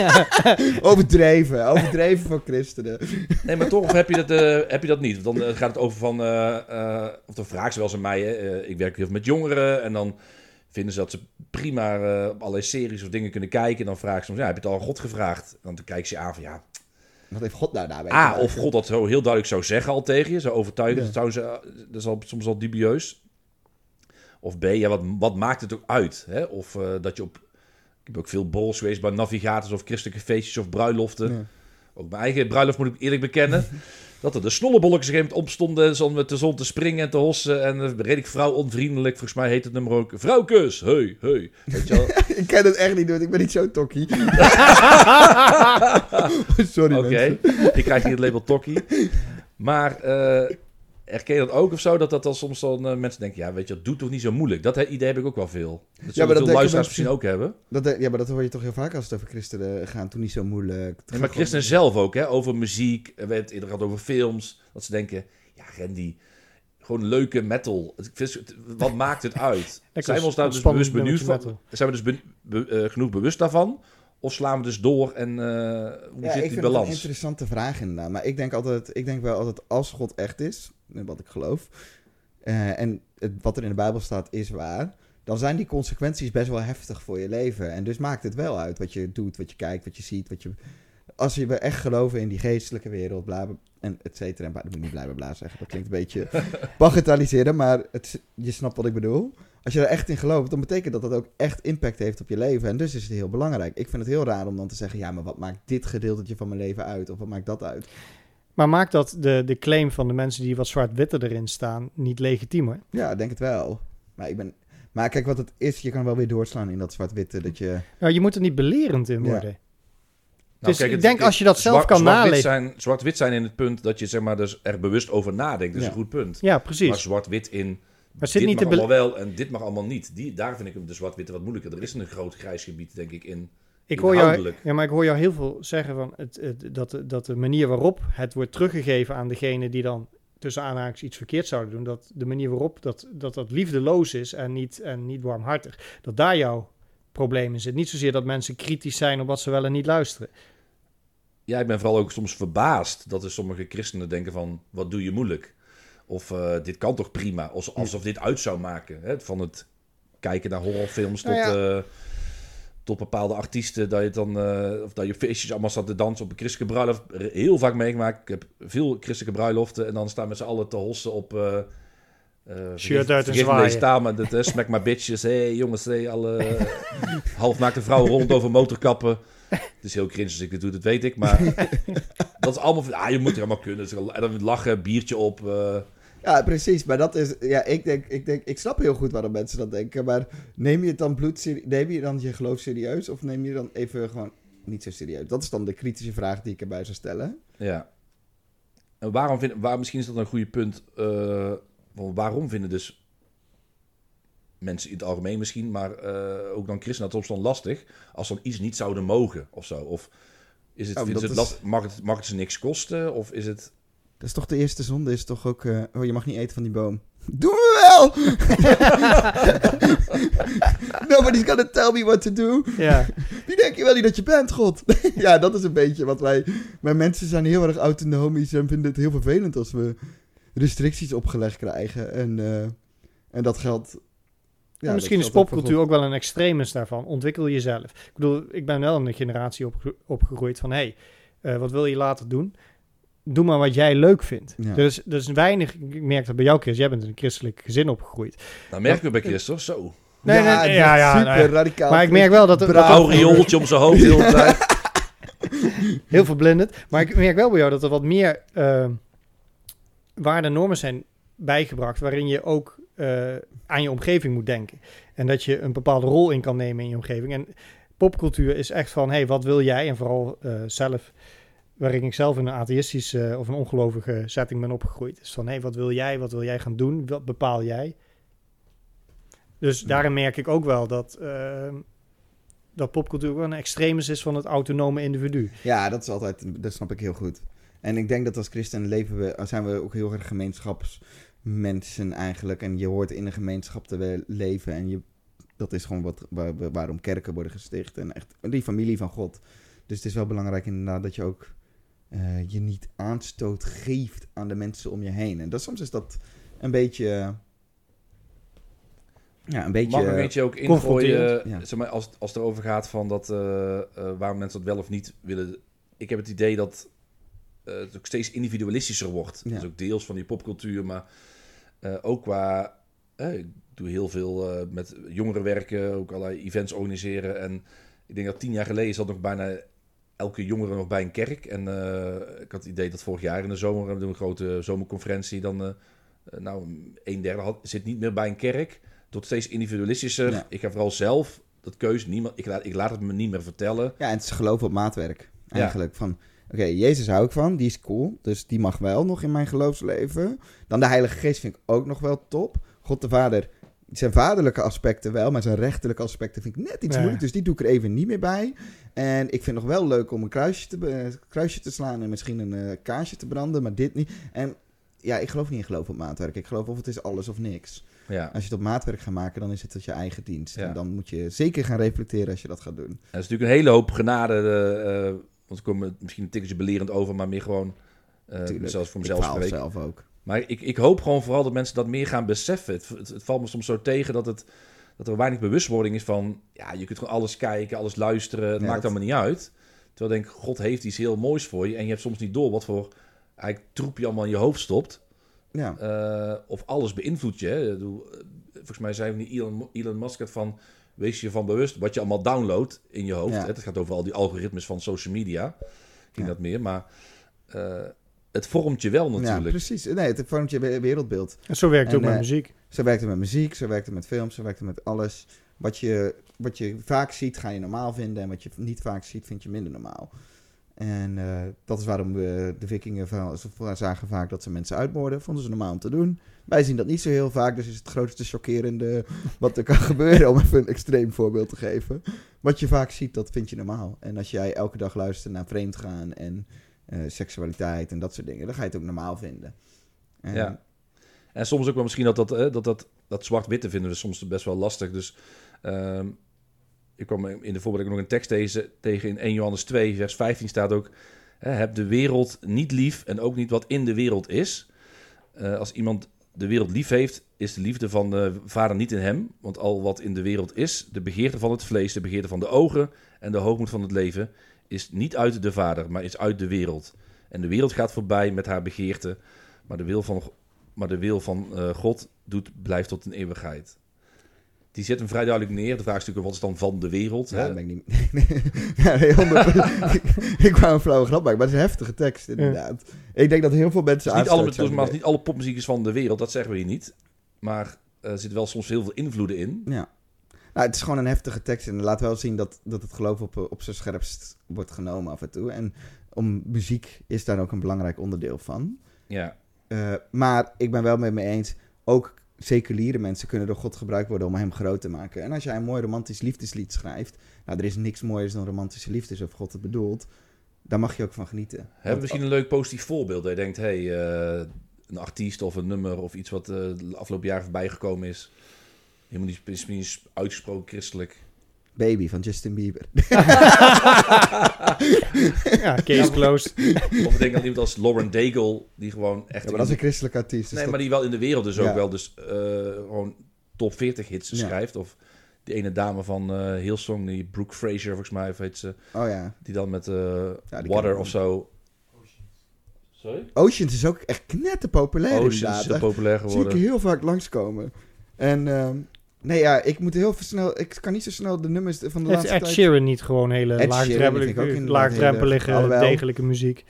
Overdreven van christenen. Nee, maar toch heb je dat niet. Dan gaat het over van... of dan vragen ze wel eens aan mij. Ik werk heel veel met jongeren. En dan vinden ze dat ze prima op allerlei series of dingen kunnen kijken. En dan vragen ze soms, heb je het al aan God gevraagd? En dan kijken ze je aan van, ja... Wat heeft God nou daarbij? Of God dat zo heel duidelijk zou zeggen al tegen je. Zo overtuigend. Ja. Dat is soms al dubieus. Of B, wat maakt het ook uit? Hè? Of dat je ik heb ook veel borrels geweest bij navigators of christelijke feestjes of bruiloften. Ja. Ook mijn eigen bruiloft moet ik eerlijk bekennen. Dat er de snollebolletjes een gegeven moment opstonden met de zon te springen en te hossen. En reed ik vrouw onvriendelijk. Volgens mij heet het nummer ook Vrouwkus. Hey. Weet je wel? Ik ken het echt niet, doen. Ik ben niet zo tokkie. Sorry. Oké, ik krijg hier het label tokkie. Maar herken je dat ook of zo? Dat dan soms dan mensen denken... Ja, weet je, dat doet toch niet zo moeilijk? Dat idee heb ik ook wel veel. Dat zullen veel luisteraars misschien ook hebben. Maar dat hoor je toch heel vaak als het over christenen gaat. Toen niet zo moeilijk. Ja, maar christenen zelf ook, hè? Over muziek. We hebben het eerder gehad over films. Dat ze denken... Ja, Randy... Gewoon leuke metal. Wat maakt het uit? Zijn we ons daar dus bewust benieuwd van? Zijn we dus genoeg bewust daarvan? Of slaan we dus door en hoe zit die balans? Dat is een interessante vraag inderdaad. Maar ik denk wel altijd als God echt is, wat ik geloof, en wat er in de Bijbel staat is waar, dan zijn die consequenties best wel heftig voor je leven. En dus maakt het wel uit wat je doet, wat je kijkt, wat je ziet, als je echt geloven in die geestelijke wereld, bla, en et cetera. En dat moet ik niet bla zeggen, dat klinkt een beetje bagatelliseren, maar je snapt wat ik bedoel. Als je er echt in gelooft, dan betekent dat ook echt impact heeft op je leven. En dus is het heel belangrijk. Ik vind het heel raar om dan te zeggen, ja, maar wat maakt dit gedeeltetje van mijn leven uit? Of wat maakt dat uit? Maar maakt dat de claim van de mensen die wat zwart-witte erin staan niet legitiemer? Ja, ik denk het wel. Maar kijk, wat het is, je kan wel weer doorslaan in dat zwart-witte. Dat je... Nou, je moet er niet belerend in worden. Ja. Nou, Dus kijk, ik denk als je dat zelf kan naleven... Zwart-wit zijn in het punt dat je zeg maar dus er bewust over nadenkt. Dat is een goed punt. Ja, precies. Maar zwart-wit in... Maar zit dit niet mag allemaal wel en dit mag allemaal niet. Daar vind ik hem de zwart-witte wat moeilijker. Er is een groot grijs gebied, denk ik, in maar ik hoor jou heel veel zeggen van dat de manier waarop het wordt teruggegeven aan degene die dan tussen aanhalingstekens iets verkeerd zouden doen, dat de manier waarop dat liefdeloos is en niet warmhartig, dat daar jouw probleem in zit. Niet zozeer dat mensen kritisch zijn op wat ze wel en niet luisteren. Ja, ik ben vooral ook soms verbaasd dat er sommige christenen denken van, wat doe je moeilijk? Of dit kan toch prima? Alsof dit uit zou maken. Hè? Van het kijken naar horrorfilms tot bepaalde artiesten. Dat je dan, of dat je feestjes allemaal staat te dansen op een christelijke bruiloft. Heel vaak meegemaakt. Ik heb veel christelijke bruiloften. En dan staan met z'n allen te hossen op... shirt uit en zwaaien. Deze taal, maar dat smack my bitches. Hey jongens, alle halfnaakte vrouwen rond over motorkappen. Het is heel cringe als ik dit doe, dat weet ik. Maar dat is allemaal... je moet er allemaal kunnen. En dan lachen, biertje op... Ja, precies. Maar dat is... Ja, ik snap heel goed waarom mensen dat denken. Maar neem je dan je geloof serieus? Of neem je dan even gewoon niet zo serieus? Dat is dan de kritische vraag die ik erbij zou stellen. Ja. En misschien is dat een goede punt. Waarom vinden dus mensen in het algemeen misschien, maar ook dan christenen dat soms dan lastig als dan iets niet zouden mogen of zo? Of is het, mag het ze niks kosten? Of is het... Dat is toch de eerste zonde, is toch ook... je mag niet eten van die boom. Doen we wel! Nobody's gonna tell me what to do. Ja. Wie denk je wel niet dat je bent, God? Ja, dat is een beetje wat wij... Maar mensen zijn heel erg autonomisch en vinden het heel vervelend als we restricties opgelegd krijgen. En dat geldt... Ja, misschien is popcultuur ook wel een extremis daarvan. Ontwikkel jezelf. Ik bedoel, ik ben wel in een generatie opgegroeid van... wat wil je later doen? Doe maar wat jij leuk vindt. Ja. Dus weinig... Ik merk dat bij jou, Chris. Jij bent in een christelijk gezin opgegroeid. Nou, merk ik bij Chris, toch? Zo. Nee, super radicaal. Maar ik merk wel dat... Een aureooltje om zijn hoofd de hele tijd. Heel verblindend. Maar ik merk wel bij jou dat er wat meer waarden en normen zijn bijgebracht... waarin je ook aan je omgeving moet denken. En dat je een bepaalde rol in kan nemen in je omgeving. En popcultuur is echt van... wat wil jij? En vooral zelf... waarin ik zelf in een atheïstische of een ongelovige setting ben opgegroeid. Dus van, wat wil jij gaan doen? Wat bepaal jij? Dus daarin merk ik ook wel dat popcultuur wel een extremis is van het autonome individu. Ja, dat snap ik heel goed. En ik denk dat als christen zijn we ook heel erg gemeenschapsmensen eigenlijk. En je hoort in een gemeenschap te leven. En dat is gewoon waarom kerken worden gesticht. En echt die familie van God. Dus het is wel belangrijk inderdaad dat je ook... je niet aanstoot geeft aan de mensen om je heen. En soms is dat een beetje... Mag een beetje ook ingooien... Zeg maar, als het erover gaat van dat... waarom mensen dat wel of niet willen... Ik heb het idee dat het ook steeds individualistischer wordt. Ja. Dat is ook deels van die popcultuur, maar ook qua... ik doe heel veel met jongeren werken, ook allerlei events organiseren. En ik denk dat 10 jaar geleden zat nog bijna... elke jongere nog bij een kerk. En ik had het idee dat vorig jaar in de zomer... we doen een grote zomerconferentie... dan 1/3 zit niet meer bij een kerk. Tot steeds individualistischer. Ja. Ik ga vooral zelf dat keuze... ik laat het me niet meer vertellen. Ja, en het is geloof op maatwerk. Eigenlijk. Ja. Oké, Jezus hou ik van, die is cool. Dus die mag wel nog in mijn geloofsleven. Dan de Heilige Geest vind ik ook nog wel top. God de Vader, zijn vaderlijke aspecten wel, maar zijn rechterlijke aspecten vind ik net iets moeilijk. Dus die doe ik er even niet meer bij. En ik vind het nog wel leuk om een kruisje te slaan en misschien een kaarsje te branden, maar dit niet. En ja, ik geloof niet in geloof op maatwerk. Ik geloof of het is alles of niks. Ja. Als je het op maatwerk gaat maken, dan is het tot je eigen dienst. Ja. En dan moet je zeker gaan reflecteren als je dat gaat doen. En dat is natuurlijk een hele hoop genade, want we komen misschien een tikkeltje belerend over, maar meer gewoon, zelfs voor mezelf spreken. Zelf ook. Maar ik hoop gewoon vooral dat mensen dat meer gaan beseffen. Het valt me soms zo tegen dat er weinig bewustwording is van, ja, je kunt gewoon alles kijken, alles luisteren, het maakt allemaal niet uit. Terwijl ik denk, God heeft iets heel moois voor je en je hebt soms niet door wat voor eigenlijk troep je allemaal in je hoofd stopt. Ja. Of alles beïnvloedt je. Hè. Volgens mij zei niet Elon Musk van, wees je van bewust wat je allemaal downloadt in je hoofd. Ja. Het gaat over al die algoritmes van social media. Ging dat meer, maar het vormt je wel natuurlijk. Ja, precies. Nee, het vormt je wereldbeeld. En zo werkt het ook met muziek. Zo werkt het met muziek, zo werkt het met films, zo werkt het met alles. Wat je vaak ziet, ga je normaal vinden. En wat je niet vaak ziet, vind je minder normaal. En dat is waarom de vikingen zagen vaak dat ze mensen uitmoorden. Vonden ze normaal om te doen. Wij zien dat niet zo heel vaak, dus is het grootste chockerende wat er kan gebeuren, om even een extreem voorbeeld te geven. Wat je vaak ziet, dat vind je normaal. En als jij elke dag luistert naar vreemdgaan en seksualiteit en dat soort dingen, dan ga je het ook normaal vinden. Ja. En soms ook wel misschien dat zwart-witte vinden we soms best wel lastig. Dus ik kwam in de voorbeeld nog een tekst tegen in 1 Johannes 2, vers 15 staat ook, heb de wereld niet lief en ook niet wat in de wereld is. Als iemand de wereld lief heeft, is de liefde van de Vader niet in hem. Want al wat in de wereld is, de begeerte van het vlees, de begeerte van de ogen en de hoogmoed van het leven, is niet uit de Vader, maar is uit de wereld. En de wereld gaat voorbij met haar begeerte, maar de wil van God blijft tot een eeuwigheid. Die zet hem vrij duidelijk neer. De vraag is natuurlijk, wat is dan van de wereld? Ja, hè? dat ben ik niet. Ik wou een flauwe grap maken, maar het is een heftige tekst inderdaad. Ik denk dat heel veel mensen niet alle popmuziek is van de wereld, dat zeggen we hier niet. Maar er zit wel soms heel veel invloeden in. Ja. Nou, het is gewoon een heftige tekst en laat wel zien dat het geloof op zijn scherpst wordt genomen af en toe. En muziek is daar ook een belangrijk onderdeel van. Ja. Maar ik ben wel met me eens, ook seculiere mensen kunnen door God gebruikt worden om hem groot te maken. En als jij een mooi romantisch liefdeslied schrijft, nou, er is niks mooiers dan romantische liefde, zoals God het bedoelt, daar mag je ook van genieten. Hebben we misschien een leuk positief voorbeeld? Dat je denkt, een artiest of een nummer of iets wat de afgelopen jaren voorbij gekomen is. Helemaal niet uitgesproken christelijk. Baby van Justin Bieber. Ja, case closed. Of ik denk aan iemand als Lauren Daigle, die gewoon echt... Ja, maar dat is een christelijke artiest. Nee, maar die wel in de wereld dus ook wel dus gewoon top 40 hits schrijft. Of die ene dame van Hillsong, die Brooke Fraser volgens mij, of heet ze. Oh ja. Die dan met Water of zo... Sorry? Oceans is ook echt knetterpopulair Oceans inderdaad. is populair geworden. Zie ik heel vaak langskomen. En ik moet heel snel... Ik kan niet zo snel de nummers van de laatste tijd... Ed Sheeran niet gewoon hele laagdrempelige, degelijke muziek?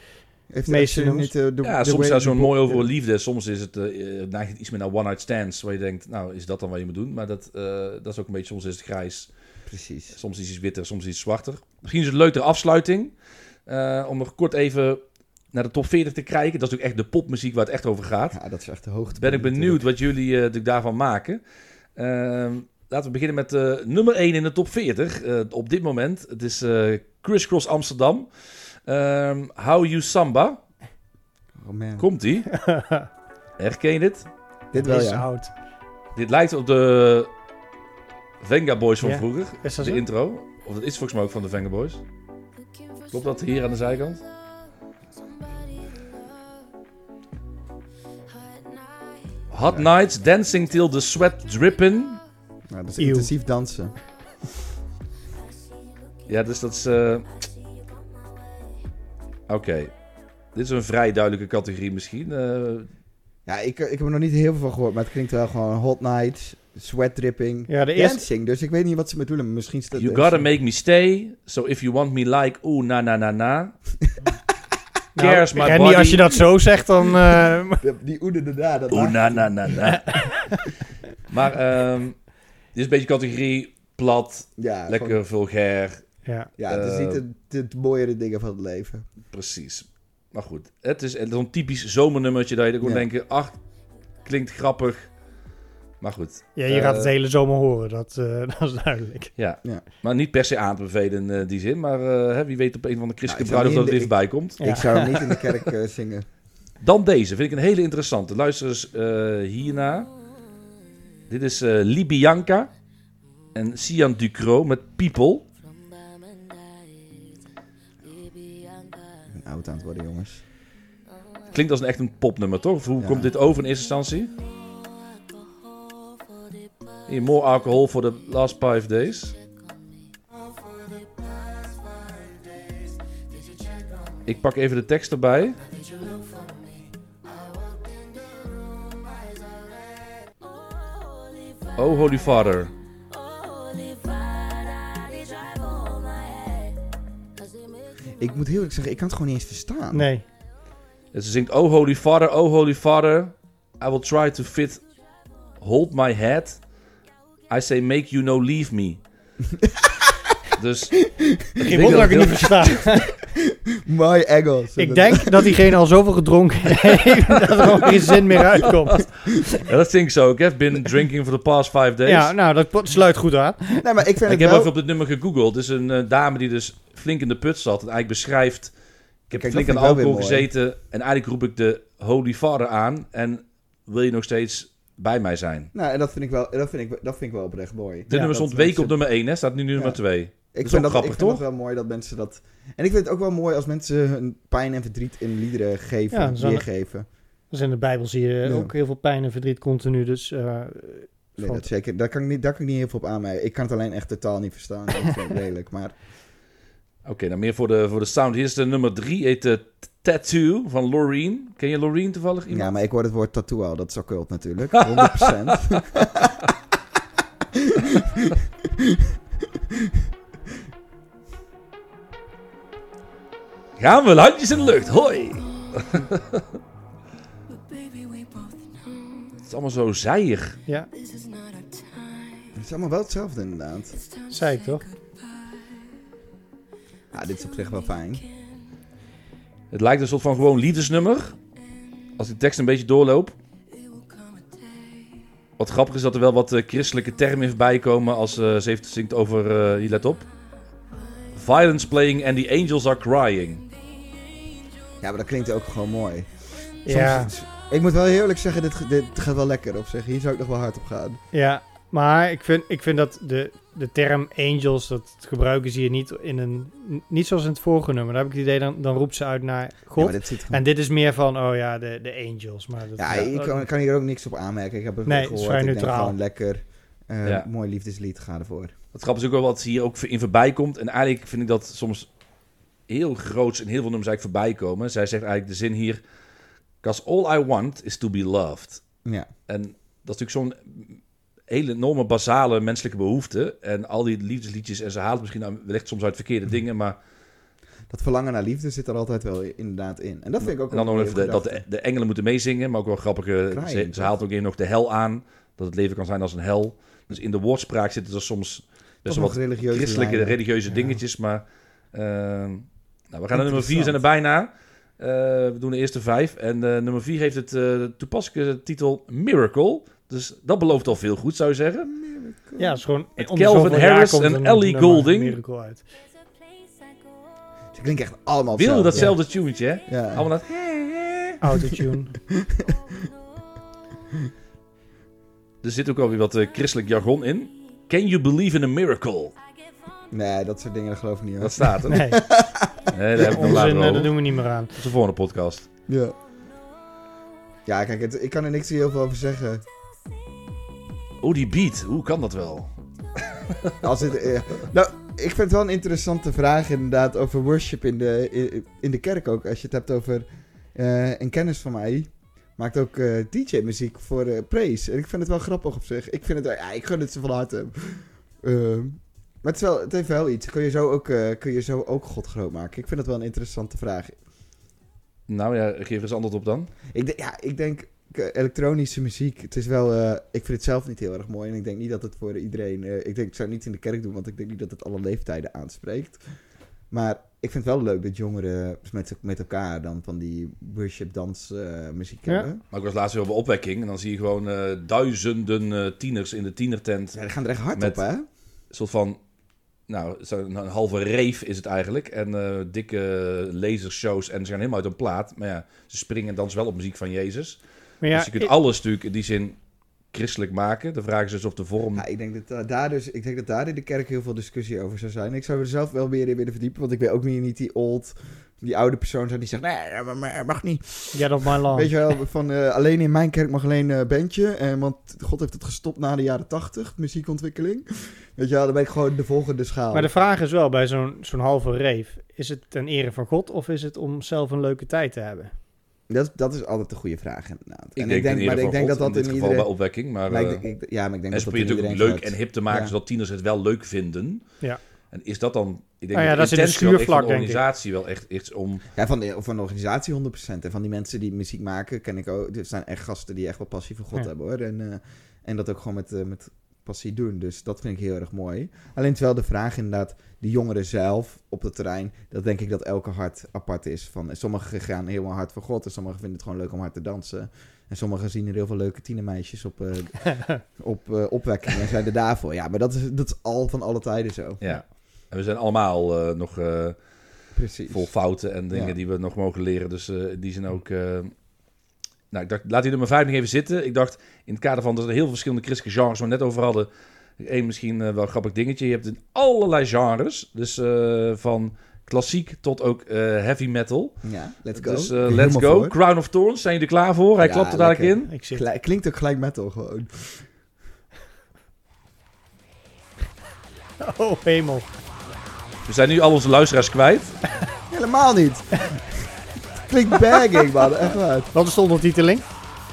Soms is zo'n mooi over liefde. Soms is het neigt het iets meer naar one-night stands. Waar je denkt, nou, is dat dan wat je moet doen? Maar dat is ook een beetje... Soms is het grijs. Precies. Soms is het iets witter, soms is het iets zwarter. Misschien is het een leuke afsluiting. Om nog kort even naar de top 40 te kijken. Dat is natuurlijk echt de popmuziek waar het echt over gaat. Ja, dat is echt de hoogte. Ben ik benieuwd wat jullie daarvan maken. Laten we beginnen met nummer 1 in de top 40. Op dit moment. Het is Criss Cross Amsterdam. How You Samba. Oh man. Komt-ie. Herken je dit? Dit wel, is ja. oud. Dit lijkt op de Venga Boys van vroeger. Is dat de zo? intro. Of dat is volgens mij ook van de Venga Boys. Klopt dat hier aan de zijkant? Hot Nights, Dancing Till the Sweat Drippin'. Nou, dat is intensief dansen. Ja, dus dat is... Oké. Dit is een vrij duidelijke categorie misschien. Ja, ik heb er nog niet heel veel van gehoord, maar het klinkt wel gewoon Hot Nights, Sweat Dripping, Ja, Dancing. Dus ik weet niet wat ze bedoelen. Misschien is dat You gotta make me stay. So if you want me like, ooh, na na na na. Cares my Randy, body. als je dat zo zegt, dan... Die oede de da. Oeh, na na na na. Maar dit is een beetje categorie plat, Ja, lekker vulgair. Ja. Ja, het is niet de mooiere dingen van het leven. Precies. Maar goed, het is zo'n typisch zomernummertje dat je er gewoon denken, ach, klinkt grappig. Maar goed. Ja, je gaat het hele zomer horen, dat is duidelijk. Ja, maar niet per se aan te bevelen in die zin. Maar wie weet op een van de christelijke bruiloft dat er dichtbij komt. Ik zou hem niet in de kerk zingen. Dan deze, vind ik een hele interessante. Luister eens hierna. Dit is Libianca en Sian Ducrot met People. Ik ben oud aan het worden, jongens. Klinkt als echt een popnummer, toch? Of hoe komt dit over in eerste instantie? Hier, more alcohol for the last 5 days. Ik pak even de tekst erbij. Oh, Holy Father. Ik moet heel eerlijk zeggen, ik kan het gewoon niet eens verstaan. Nee. Dus ze zingt, oh Holy Father, I will try to fit, hold my head. I say make you no leave me. Dus... Geen wonder dat ik het niet versta. My Engels. Ik denk dat diegene al zoveel gedronken heeft dat er ook geen zin meer uitkomt. Ja, dat zingt zo. Ik heb been drinking for the past 5 days. Ja, nou, dat sluit goed aan. Nee, maar ik vind Ik het heb wel... even op dit nummer gegoogeld. Het is een dame die dus flink in de put zat. En eigenlijk beschrijft... Ik heb Kijk, flink dat aan vind ik wel alcohol weer mooi. gezeten. En eigenlijk roep ik de Holy Father aan. En wil je nog steeds bij mij zijn? Nou, en dat vind ik wel oprecht mooi. Dit nummer stond weken op nummer 1. Hè? Staat nu nummer 2. Ik is vind ook dat grappig, ik vind toch? dat wel mooi dat mensen dat... En ik vind het ook wel mooi als mensen hun pijn en verdriet in liederen geven, Ja, weergeven. Dus in de Bijbel zie je ook heel veel pijn en verdriet continu. Dus, Nee, dat zeker. Daar kan ik niet heel veel op aanmerken. Ik kan het alleen echt totaal niet verstaan. Ik vind het redelijk, maar... Oké, nou meer voor de sound. Hier is de nummer 3. Heet Tattoo van Loreen. Ken je Loreen toevallig? Iemand? Ja, maar ik hoor het woord tattoo al. Dat is occult natuurlijk. 100%. Gaan we, handjes in de lucht. Hoi! Het is allemaal zo zijig. ja, Het is allemaal wel hetzelfde inderdaad. zei ik toch? Ja, dit is op zich wel fijn. Het lijkt een soort van gewoon liefdesnummer. Als die tekst een beetje doorloopt. Wat grappig is dat er wel wat christelijke termen in voorbij komen. Als ze zingt over, hier let op. Violence playing and the angels are crying. Ja, maar dat klinkt ook gewoon mooi. Ja. Ik moet wel heel eerlijk zeggen, dit gaat wel lekker op zich. Hier zou ik nog wel hard op gaan. Ja, maar ik vind dat de term angels, dat gebruiken ze hier niet in een... Niet zoals in het vorige nummer. Dan heb ik het idee, dan roept ze uit naar God. Ja, maar dit zit gewoon... En dit is meer van, oh ja, de angels. Maar dat, Ja, ik kan hier ook niks op aanmerken. Ik heb het Nee, gehoord. het is vrij Ik neutraal. denk gewoon lekker. Ja. Mooi liefdeslied, ga ervoor. Het grappige is ook wel wat hier ook in voorbij komt. En eigenlijk vind ik dat soms heel groots in heel veel nummers eigenlijk voorbij komen. Zij zegt eigenlijk de zin hier... 'Cause all I want is to be loved. Ja. En dat is natuurlijk zo'n hele enorme basale menselijke behoefte. En al die liefdesliedjes, en ze haalt misschien wellicht soms uit verkeerde dingen, maar... Dat verlangen naar liefde zit er altijd wel inderdaad in. En dat vind ik ook En dan wel nog een even mooie dat gedachte. de engelen moeten meezingen, maar ook wel grappig. Ze haalt ook even nog de hel aan. Dat het leven kan zijn als een hel. Dus in de woordspraak zitten er soms best wel nog wat religieuze christelijke, lijnen. religieuze dingetjes. Maar nou, we gaan naar nummer 4 zijn er bijna. We doen de eerste 5. En nummer 4 heeft het toepasselijke titel Miracle. Dus dat belooft al veel goed, zou je zeggen. Ja, het is gewoon... Met om de Calvin zoveel jaar Harris komt en een Ellie nummer Goulding. Miracle uit. Ze klinken echt allemaal Wil hetzelfde. datzelfde tunetje, hè? Ja. Allemaal dat... Autotune. Er zit ook alweer wat christelijk jargon in. Can you believe in a miracle? Nee, dat soort dingen dat geloof ik niet hoor. Dat staat er. Nee, Nee, daar heb ik nog later onzin, dat over. doen we niet meer aan. Dat is de volgende podcast. Ja. Ja, kijk, ik kan er niks heel veel over zeggen. Oh, die beat. Hoe kan dat wel? Als het, nou, ik vind het wel een interessante vraag inderdaad over worship in de kerk ook. Als je het hebt over een kennis van mij maakt ook DJ-muziek voor praise. En ik vind het wel grappig op zich. Ik vind het, ik gun het ze van harte. Maar het heeft wel iets. Kun je zo ook God groot maken? Ik vind het wel een interessante vraag. Nou ja, geef eens antwoord op dan. Ik denk, elektronische muziek, het is wel... ik vind het zelf niet heel erg mooi. En ik denk niet dat het voor iedereen... ik zou het niet in de kerk doen, want ik denk niet dat het alle leeftijden aanspreekt. Maar ik vind het wel leuk dat jongeren met elkaar dan van die worship dans muziek hebben. Maar ik was laatst weer op een opwekking en dan zie je gewoon duizenden tieners in de tienertent. Ja, die gaan er echt hard Met op, hè? Een soort van... Nou, een halve rave is het eigenlijk. En dikke lasershows. En ze gaan helemaal uit een plaat. Maar ja, ze springen en dansen wel op muziek van Jezus. Maar Dus je kunt alles natuurlijk in die zin christelijk maken. De vraag is dus of de vorm... Ja, ik denk dat daar in de kerk heel veel discussie over zou zijn. Ik zou er zelf wel meer in willen verdiepen, want ik wil ook niet die oude persoon zijn die zegt, nee, maar mag niet. Get off my lawn. Weet je wel, van alleen in mijn kerk mag alleen bandje. Want God heeft het gestopt na de jaren 80, muziekontwikkeling. Weet je wel, dan ben ik gewoon de volgende schaal. Maar de vraag is wel, bij zo'n halve rave, is het ten ere van God of is het om zelf een leuke tijd te hebben? Dat is altijd een goede vraag, inderdaad. Ik denk dat dat in dit geval bij opwekking. Maar ik denk dat en dat probeer het ook leuk en hip te maken, zodat tieners het wel leuk vinden. Ja. En is dat dan... Ik denk dat is in intentie het wel echt stuurvlak, van de organisatie wel echt iets om... Ja, van de organisatie 100%. En van die mensen die muziek maken, ken ik ook... Er zijn echt gasten die echt wel passie voor God hebben, hoor. En dat ook gewoon met passie doen. Dus dat vind ik heel erg mooi. Alleen terwijl de vraag inderdaad, de jongeren zelf op het terrein, dat denk ik dat elke hart apart is. Sommigen gaan helemaal hard voor God en sommigen vinden het gewoon leuk om hard te dansen. En sommigen zien er heel veel leuke tienermeisjes op opwekking en zijn er daarvoor. Ja, maar dat is al van alle tijden zo. Ja, en we zijn allemaal nog Precies. vol fouten en dingen die we nog mogen leren. Dus die zijn ook... Nou, ik dacht, laat die nummer 5 nog even zitten. Ik dacht, in het kader van dat er heel veel verschillende christelijke genres waar we net over hadden. Eén misschien wel grappig dingetje. Je hebt in allerlei genres. Dus van klassiek tot ook heavy metal. Ja, let's go. Dus let's go. Voor. Crown of Thorns, zijn jullie er klaar voor? Hij klapt er dadelijk in. Klinkt ook gelijk metal gewoon. Oh, hemel. We zijn nu al onze luisteraars kwijt. Helemaal niet. Klinkt bagging, man. Echt waar. Wat is de ondertiteling?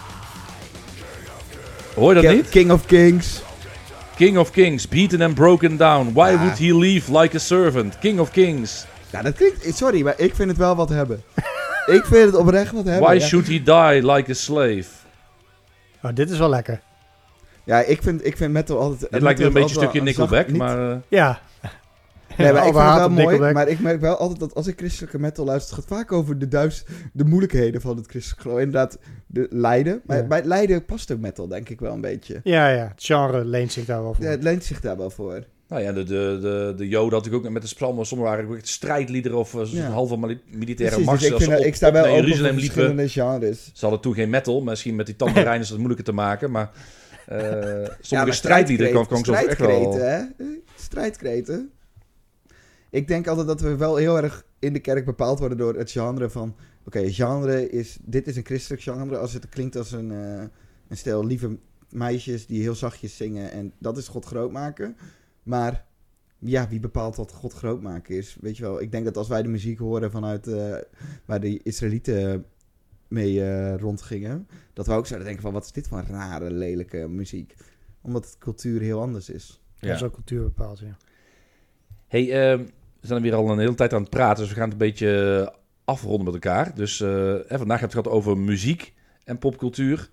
Hoor je dat niet? King of Kings. King of Kings, beaten and broken down. Why would he leave like a servant? King of Kings. Ja, dat klinkt... Sorry, maar ik vind het wel wat hebben. Ik vind het oprecht wat hebben. Why should he die like a slave? Oh, dit is wel lekker. Ja, ik vind metal altijd... Het lijkt weer een beetje een stukje Nickelback, maar... Ja. Nee, maar ik vind het wel mooi, Nickelback. maar ik merk wel altijd dat als ik christelijke metal luister, het gaat vaak over de moeilijkheden van het christelijk geloof. Inderdaad, de lijden. Maar bij het lijden past ook metal, denk ik wel een beetje. Ja, het genre leent zich daar wel voor. Ja, het leent zich daar wel voor. Nou ja, de Joden had ik ook met de psalmen. Sommigen waren ook echt strijdliederen of halve militaire marsen. Dus ik sta wel naar open Jeruzalem voor liepen. verschillende genres. Ze hadden toen geen metal. Misschien met die tamboerijn is dat moeilijker te maken. Maar sommige strijdliederen kan ik zo echt wel... Hè? Strijdkreten. Ik denk altijd dat we wel heel erg in de kerk bepaald worden door het genre van... Oké, genre is... Dit is een christelijk genre als het klinkt als een stel lieve meisjes die heel zachtjes zingen. En dat is God groot maken. Maar ja, wie bepaalt wat God groot maken is? Weet je wel, ik denk dat als wij de muziek horen vanuit waar de Israëlieten mee rondgingen... Dat we ook zouden denken van, wat is dit voor rare, lelijke muziek? Omdat het cultuur heel anders is. Dat is ook cultuur bepaald, ja. Hey, we zijn weer al een hele tijd aan het praten, dus we gaan het een beetje afronden met elkaar. Dus vandaag hebben we het gehad over muziek en popcultuur.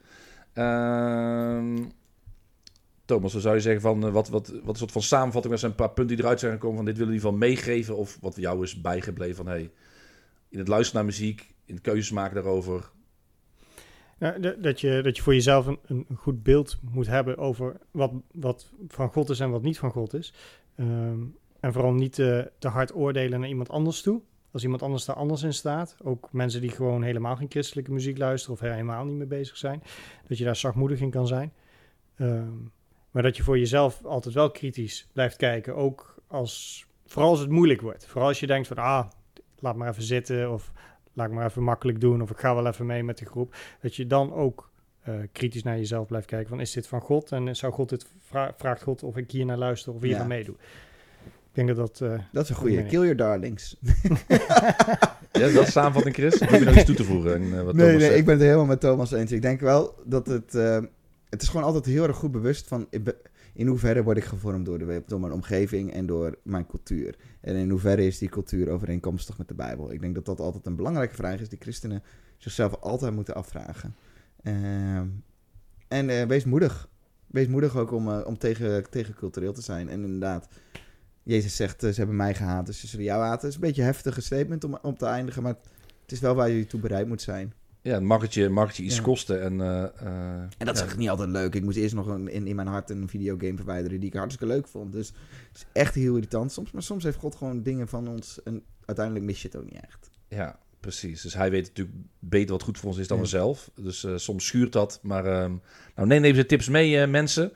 Thomas, wat zou je zeggen van wat een soort van samenvatting? Er zijn een paar punten die eruit zijn gekomen van dit willen jullie van meegeven of wat jou is bijgebleven van hey, in het luisteren naar muziek, in het keuzes maken daarover. Ja, dat je voor jezelf een goed beeld moet hebben over wat van God is en wat niet van God is. En vooral niet te hard oordelen naar iemand anders toe. Als iemand anders daar anders in staat. Ook mensen die gewoon helemaal geen christelijke muziek luisteren of er helemaal niet mee bezig zijn. Dat je daar zachtmoedig in kan zijn. Maar dat je voor jezelf altijd wel kritisch blijft kijken. Ook vooral als het moeilijk wordt. Vooral als je denkt van laat maar even zitten of laat maar even makkelijk doen. Of ik ga wel even mee met de groep. Dat je dan ook kritisch naar jezelf blijft kijken. Van is dit van God? En zou God dit vraagt God of ik hier naar luister of hier aan meedoe? Ik denk dat is een goede. Kill your darlings. Ja, dat is samenvatting, Chris. Of heb je nog iets toe te voegen? Nee, ik ben het helemaal met Thomas eens. Ik denk wel dat het is gewoon altijd heel erg goed bewust van in hoeverre word ik gevormd door mijn omgeving en door mijn cultuur. En in hoeverre is die cultuur overeenkomstig met de Bijbel. Ik denk dat dat altijd een belangrijke vraag is die christenen zichzelf altijd moeten afvragen. En wees moedig. Wees moedig ook om tegen cultureel te zijn. En inderdaad, Jezus zegt, ze hebben mij gehaat, dus ze zullen jou haten. Het is een beetje een heftige statement om te eindigen, maar het is wel waar je toe bereid moet zijn. Ja, het mag het je iets kosten. En dat is echt niet altijd leuk. Ik moest eerst nog in mijn hart een videogame verwijderen die ik hartstikke leuk vond. Dus het is echt heel irritant soms. Maar soms heeft God gewoon dingen van ons en uiteindelijk mis je het ook niet echt. Ja, precies. Dus hij weet natuurlijk beter wat goed voor ons is dan we zelf. Dus soms schuurt dat. Maar neem deze tips mee, mensen.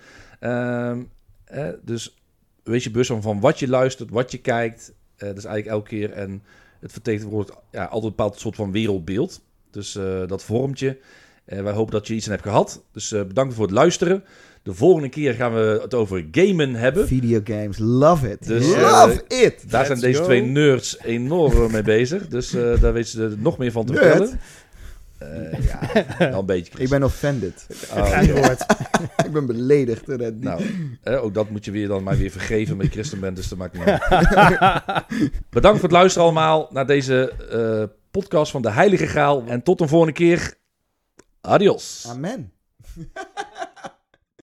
Dus wees je bewust van wat je luistert, wat je kijkt. Dat is eigenlijk elke keer. En het vertegenwoordigt altijd een bepaald soort van wereldbeeld. Dus dat vormt je. Wij hopen dat je iets aan hebt gehad. Dus bedankt voor het luisteren. De volgende keer gaan we het over gamen hebben. Videogames, love it. Dus, love it! Daar zijn deze twee nerds enorm mee bezig. Dus daar weten ze er nog meer van te vertellen. Wel een beetje. Chris. Ik ben offended. Ik ben beledigd. Ook dat moet je weer vergeven met je christen bent. Dus dat maakt niet uit. Bedankt voor het luisteren allemaal naar deze podcast van de Heilige Graal. En tot een volgende keer. Adios. Amen.